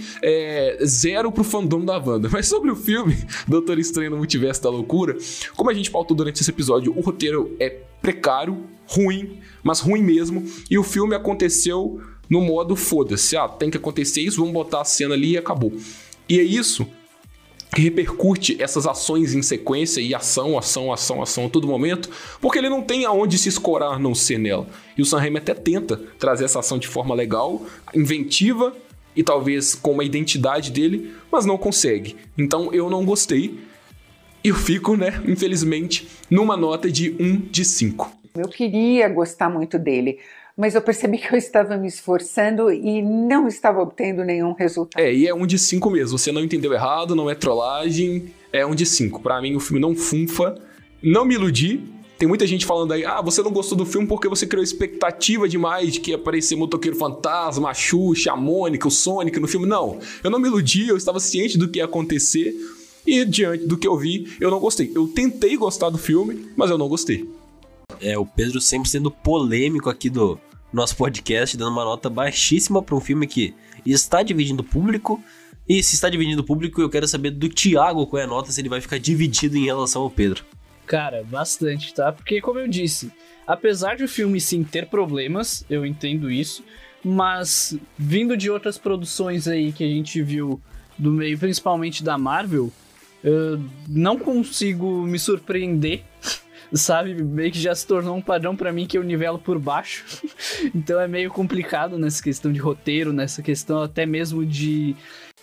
0 pro fandom da Wanda. Mas sobre o filme Doutor Estranho no Multiverso da Loucura, como a gente pautou durante esse episódio, o roteiro é precário, ruim, mas ruim mesmo, e o filme aconteceu no modo foda-se, tem que acontecer isso, vamos botar a cena ali e acabou. E é isso que repercute essas ações em sequência e ação a todo momento, porque ele não tem aonde se escorar a não ser nela. E o Sam Raimi até tenta trazer essa ação de forma legal, inventiva e talvez com uma identidade dele, mas não consegue. Então eu não gostei. Eu fico, né, infelizmente, numa nota de 1 de 5. Eu queria gostar muito dele, mas eu percebi que eu estava me esforçando e não estava obtendo nenhum resultado. E é 1 de 5 mesmo. Você não entendeu errado, não é trollagem, é 1 de 5. Pra mim, o filme não funfa, não me iludi. Tem muita gente falando aí, você não gostou do filme porque você criou expectativa demais de que ia aparecer Motoqueiro Fantasma, a Xuxa, a Mônica, o Sonic no filme. Não, eu não me iludi, eu estava ciente do que ia acontecer. E diante do que eu vi, eu não gostei. Eu tentei gostar do filme, mas eu não gostei. O Pedro sempre sendo polêmico aqui do nosso podcast, dando uma nota baixíssima para um filme que está dividindo o público. E se está dividindo o público, eu quero saber do Thiago qual é a nota, se ele vai ficar dividido em relação ao Pedro. Cara, bastante, tá? Porque, como eu disse, apesar de o filme sim ter problemas, eu entendo isso, mas vindo de outras produções aí que a gente viu do meio, principalmente da Marvel, eu não consigo me surpreender, sabe? Meio que já se tornou um padrão pra mim que eu nivelo por baixo. Então é meio complicado nessa questão de roteiro, nessa questão até mesmo de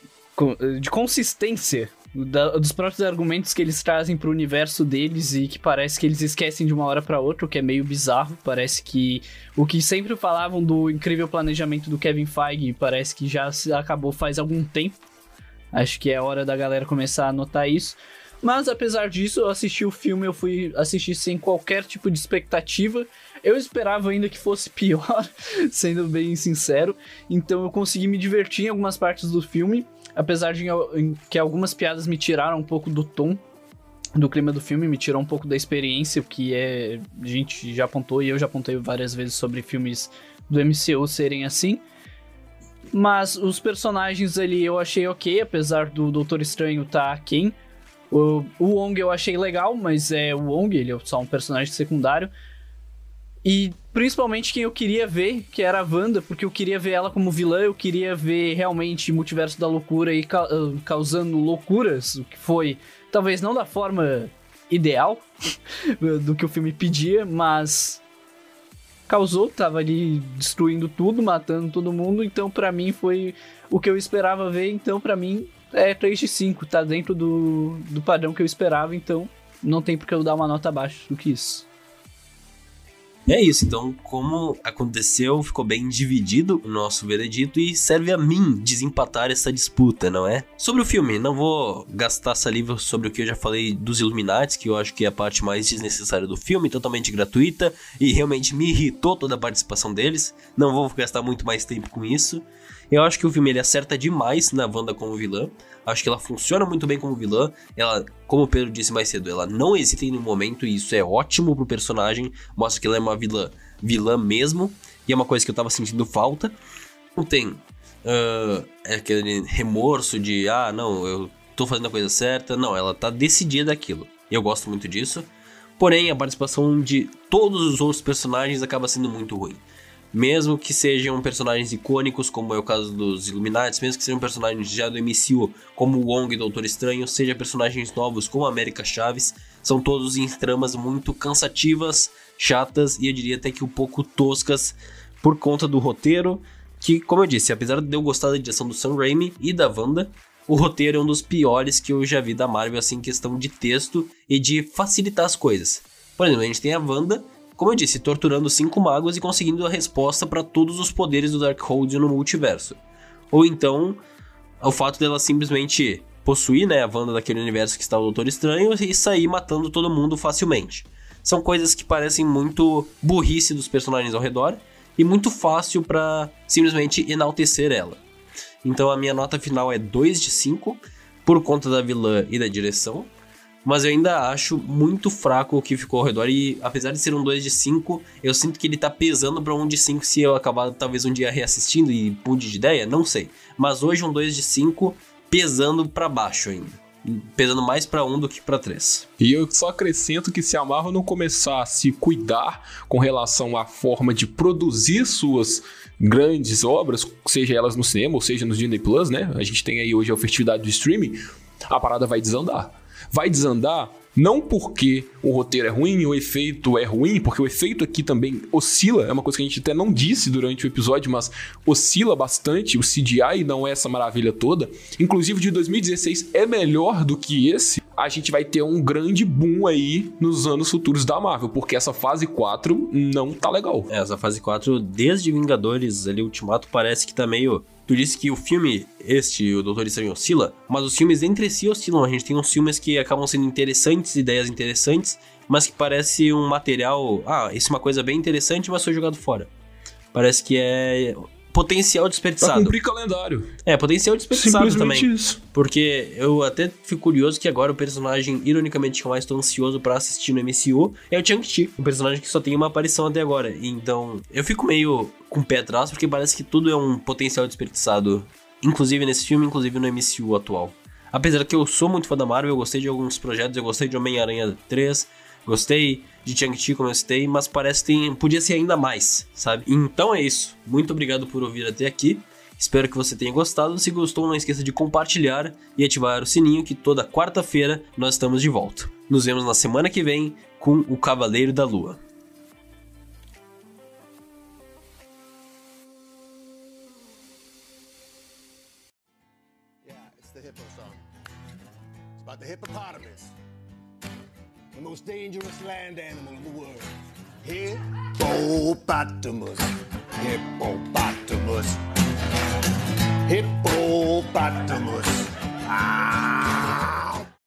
consistência dos próprios argumentos que eles trazem pro universo deles e que parece que eles esquecem de uma hora pra outra, o que é meio bizarro. Parece que o que sempre falavam do incrível planejamento do Kevin Feige parece que já acabou faz algum tempo. Acho que é hora da galera começar a notar isso. Mas apesar disso, eu assisti o filme, eu fui assistir sem qualquer tipo de expectativa. Eu esperava ainda que fosse pior, sendo bem sincero. Então eu consegui me divertir em algumas partes do filme. Apesar de que algumas piadas me tiraram um pouco do tom, do clima do filme, me tirou um pouco da experiência, que a gente já apontou e eu já apontei várias vezes sobre filmes do MCU serem assim. Mas os personagens ali eu achei ok, apesar do Doutor Estranho tá aquém. O Wong eu achei legal, mas o Wong, ele é só um personagem secundário. E principalmente quem eu queria ver, que era a Wanda, porque eu queria ver ela como vilã, eu queria ver realmente Multiverso da Loucura e causando loucuras, o que foi, talvez não da forma ideal do que o filme pedia, mas causou, tava ali destruindo tudo, matando todo mundo, então pra mim foi o que eu esperava ver, então pra mim é 3 de 5, tá dentro do padrão que eu esperava, então não tem porque eu dar uma nota abaixo do que isso. É isso, então, como aconteceu, ficou bem dividido o nosso veredito e serve a mim desempatar essa disputa, não é? Sobre o filme, não vou gastar saliva sobre o que eu já falei dos Illuminati, que eu acho que é a parte mais desnecessária do filme, totalmente gratuita, e realmente me irritou toda a participação deles. Não vou gastar muito mais tempo com isso. Eu acho que o filme ele acerta demais na Wanda como vilã. Acho que ela funciona muito bem como vilã. Ela, como o Pedro disse mais cedo, ela não hesita em nenhum momento e isso é ótimo pro personagem. Mostra que ela é uma vilã mesmo. E é uma coisa que eu tava sentindo falta. Não tem aquele remorso de, não, eu tô fazendo a coisa certa. Não, ela tá decidida daquilo. E eu gosto muito disso. Porém, a participação de todos os outros personagens acaba sendo muito ruim. Mesmo que sejam personagens icônicos, como é o caso dos Illuminati, mesmo que sejam personagens já do MCU, como o Wong e Doutor Estranho, seja personagens novos como a América Chaves, são todos em tramas muito cansativas, chatas e eu diria até que um pouco toscas por conta do roteiro, que, como eu disse, apesar de eu gostar da direção do Sam Raimi e da Wanda, o roteiro é um dos piores que eu já vi da Marvel, assim, em questão de texto e de facilitar as coisas. Por exemplo, a gente tem a Wanda, como eu disse, torturando 5 magos e conseguindo a resposta para todos os poderes do Darkhold no multiverso. Ou então, o fato dela simplesmente possuir, né, a Wanda daquele universo que está o Doutor Estranho e sair matando todo mundo facilmente. São coisas que parecem muito burrice dos personagens ao redor e muito fácil para simplesmente enaltecer ela. Então a minha nota final é 2 de 5 por conta da vilã e da direção. Mas eu ainda acho muito fraco o que ficou ao redor. E apesar de ser um 2 de 5, eu sinto que ele tá pesando pra um de 5 se eu acabar talvez um dia reassistindo e pude de ideia, não sei. Mas hoje um 2 de 5 pesando pra baixo ainda. Pesando mais pra 1 do que pra 3. E eu só acrescento que se a Marvel não começar a se cuidar com relação à forma de produzir suas grandes obras, seja elas no cinema ou seja no Disney Plus, né? A gente tem aí hoje a festividade do streaming, a parada vai desandar. Vai desandar não porque o roteiro é ruim, o efeito é ruim, porque o efeito aqui também oscila, é uma coisa que a gente até não disse durante o episódio, mas oscila bastante, o CGI não é essa maravilha toda. Inclusive de 2016 é melhor do que esse. A gente vai ter um grande boom aí nos anos futuros da Marvel, porque essa fase 4 não tá legal. Essa fase 4, desde Vingadores ali, Ultimato, parece que tá meio... Tu disse que o filme, o Doutor Estranho oscila, mas os filmes entre si oscilam. A gente tem uns filmes que acabam sendo interessantes, ideias interessantes, mas que parece um material... isso é uma coisa bem interessante, mas foi jogado fora. Parece que é potencial desperdiçado. Pra cumprir calendário. Potencial desperdiçado simplesmente também. Isso. Porque eu até fico curioso que agora o personagem, ironicamente, que eu mais tô ansioso pra assistir no MCU é o Shang-Chi, um personagem que só tem uma aparição até agora. Então, eu fico meio com o pé atrás, porque parece que tudo é um potencial desperdiçado, inclusive nesse filme, inclusive no MCU atual. Apesar que eu sou muito fã da Marvel, eu gostei de alguns projetos, eu gostei de Homem-Aranha 3, gostei de Shang-Chi, como eu citei, mas parece que podia ser ainda mais, sabe? Então é isso. Muito obrigado por ouvir até aqui. Espero que você tenha gostado. Se gostou, não esqueça de compartilhar e ativar o sininho, que toda quarta-feira nós estamos de volta. Nos vemos na semana que vem com o Cavaleiro da Lua. Yeah, it's the hippo song. It's about the hippopotamus. The most dangerous land animal in the world. Hippopotamus. Hippopotamus. Hippopotamus. Ah!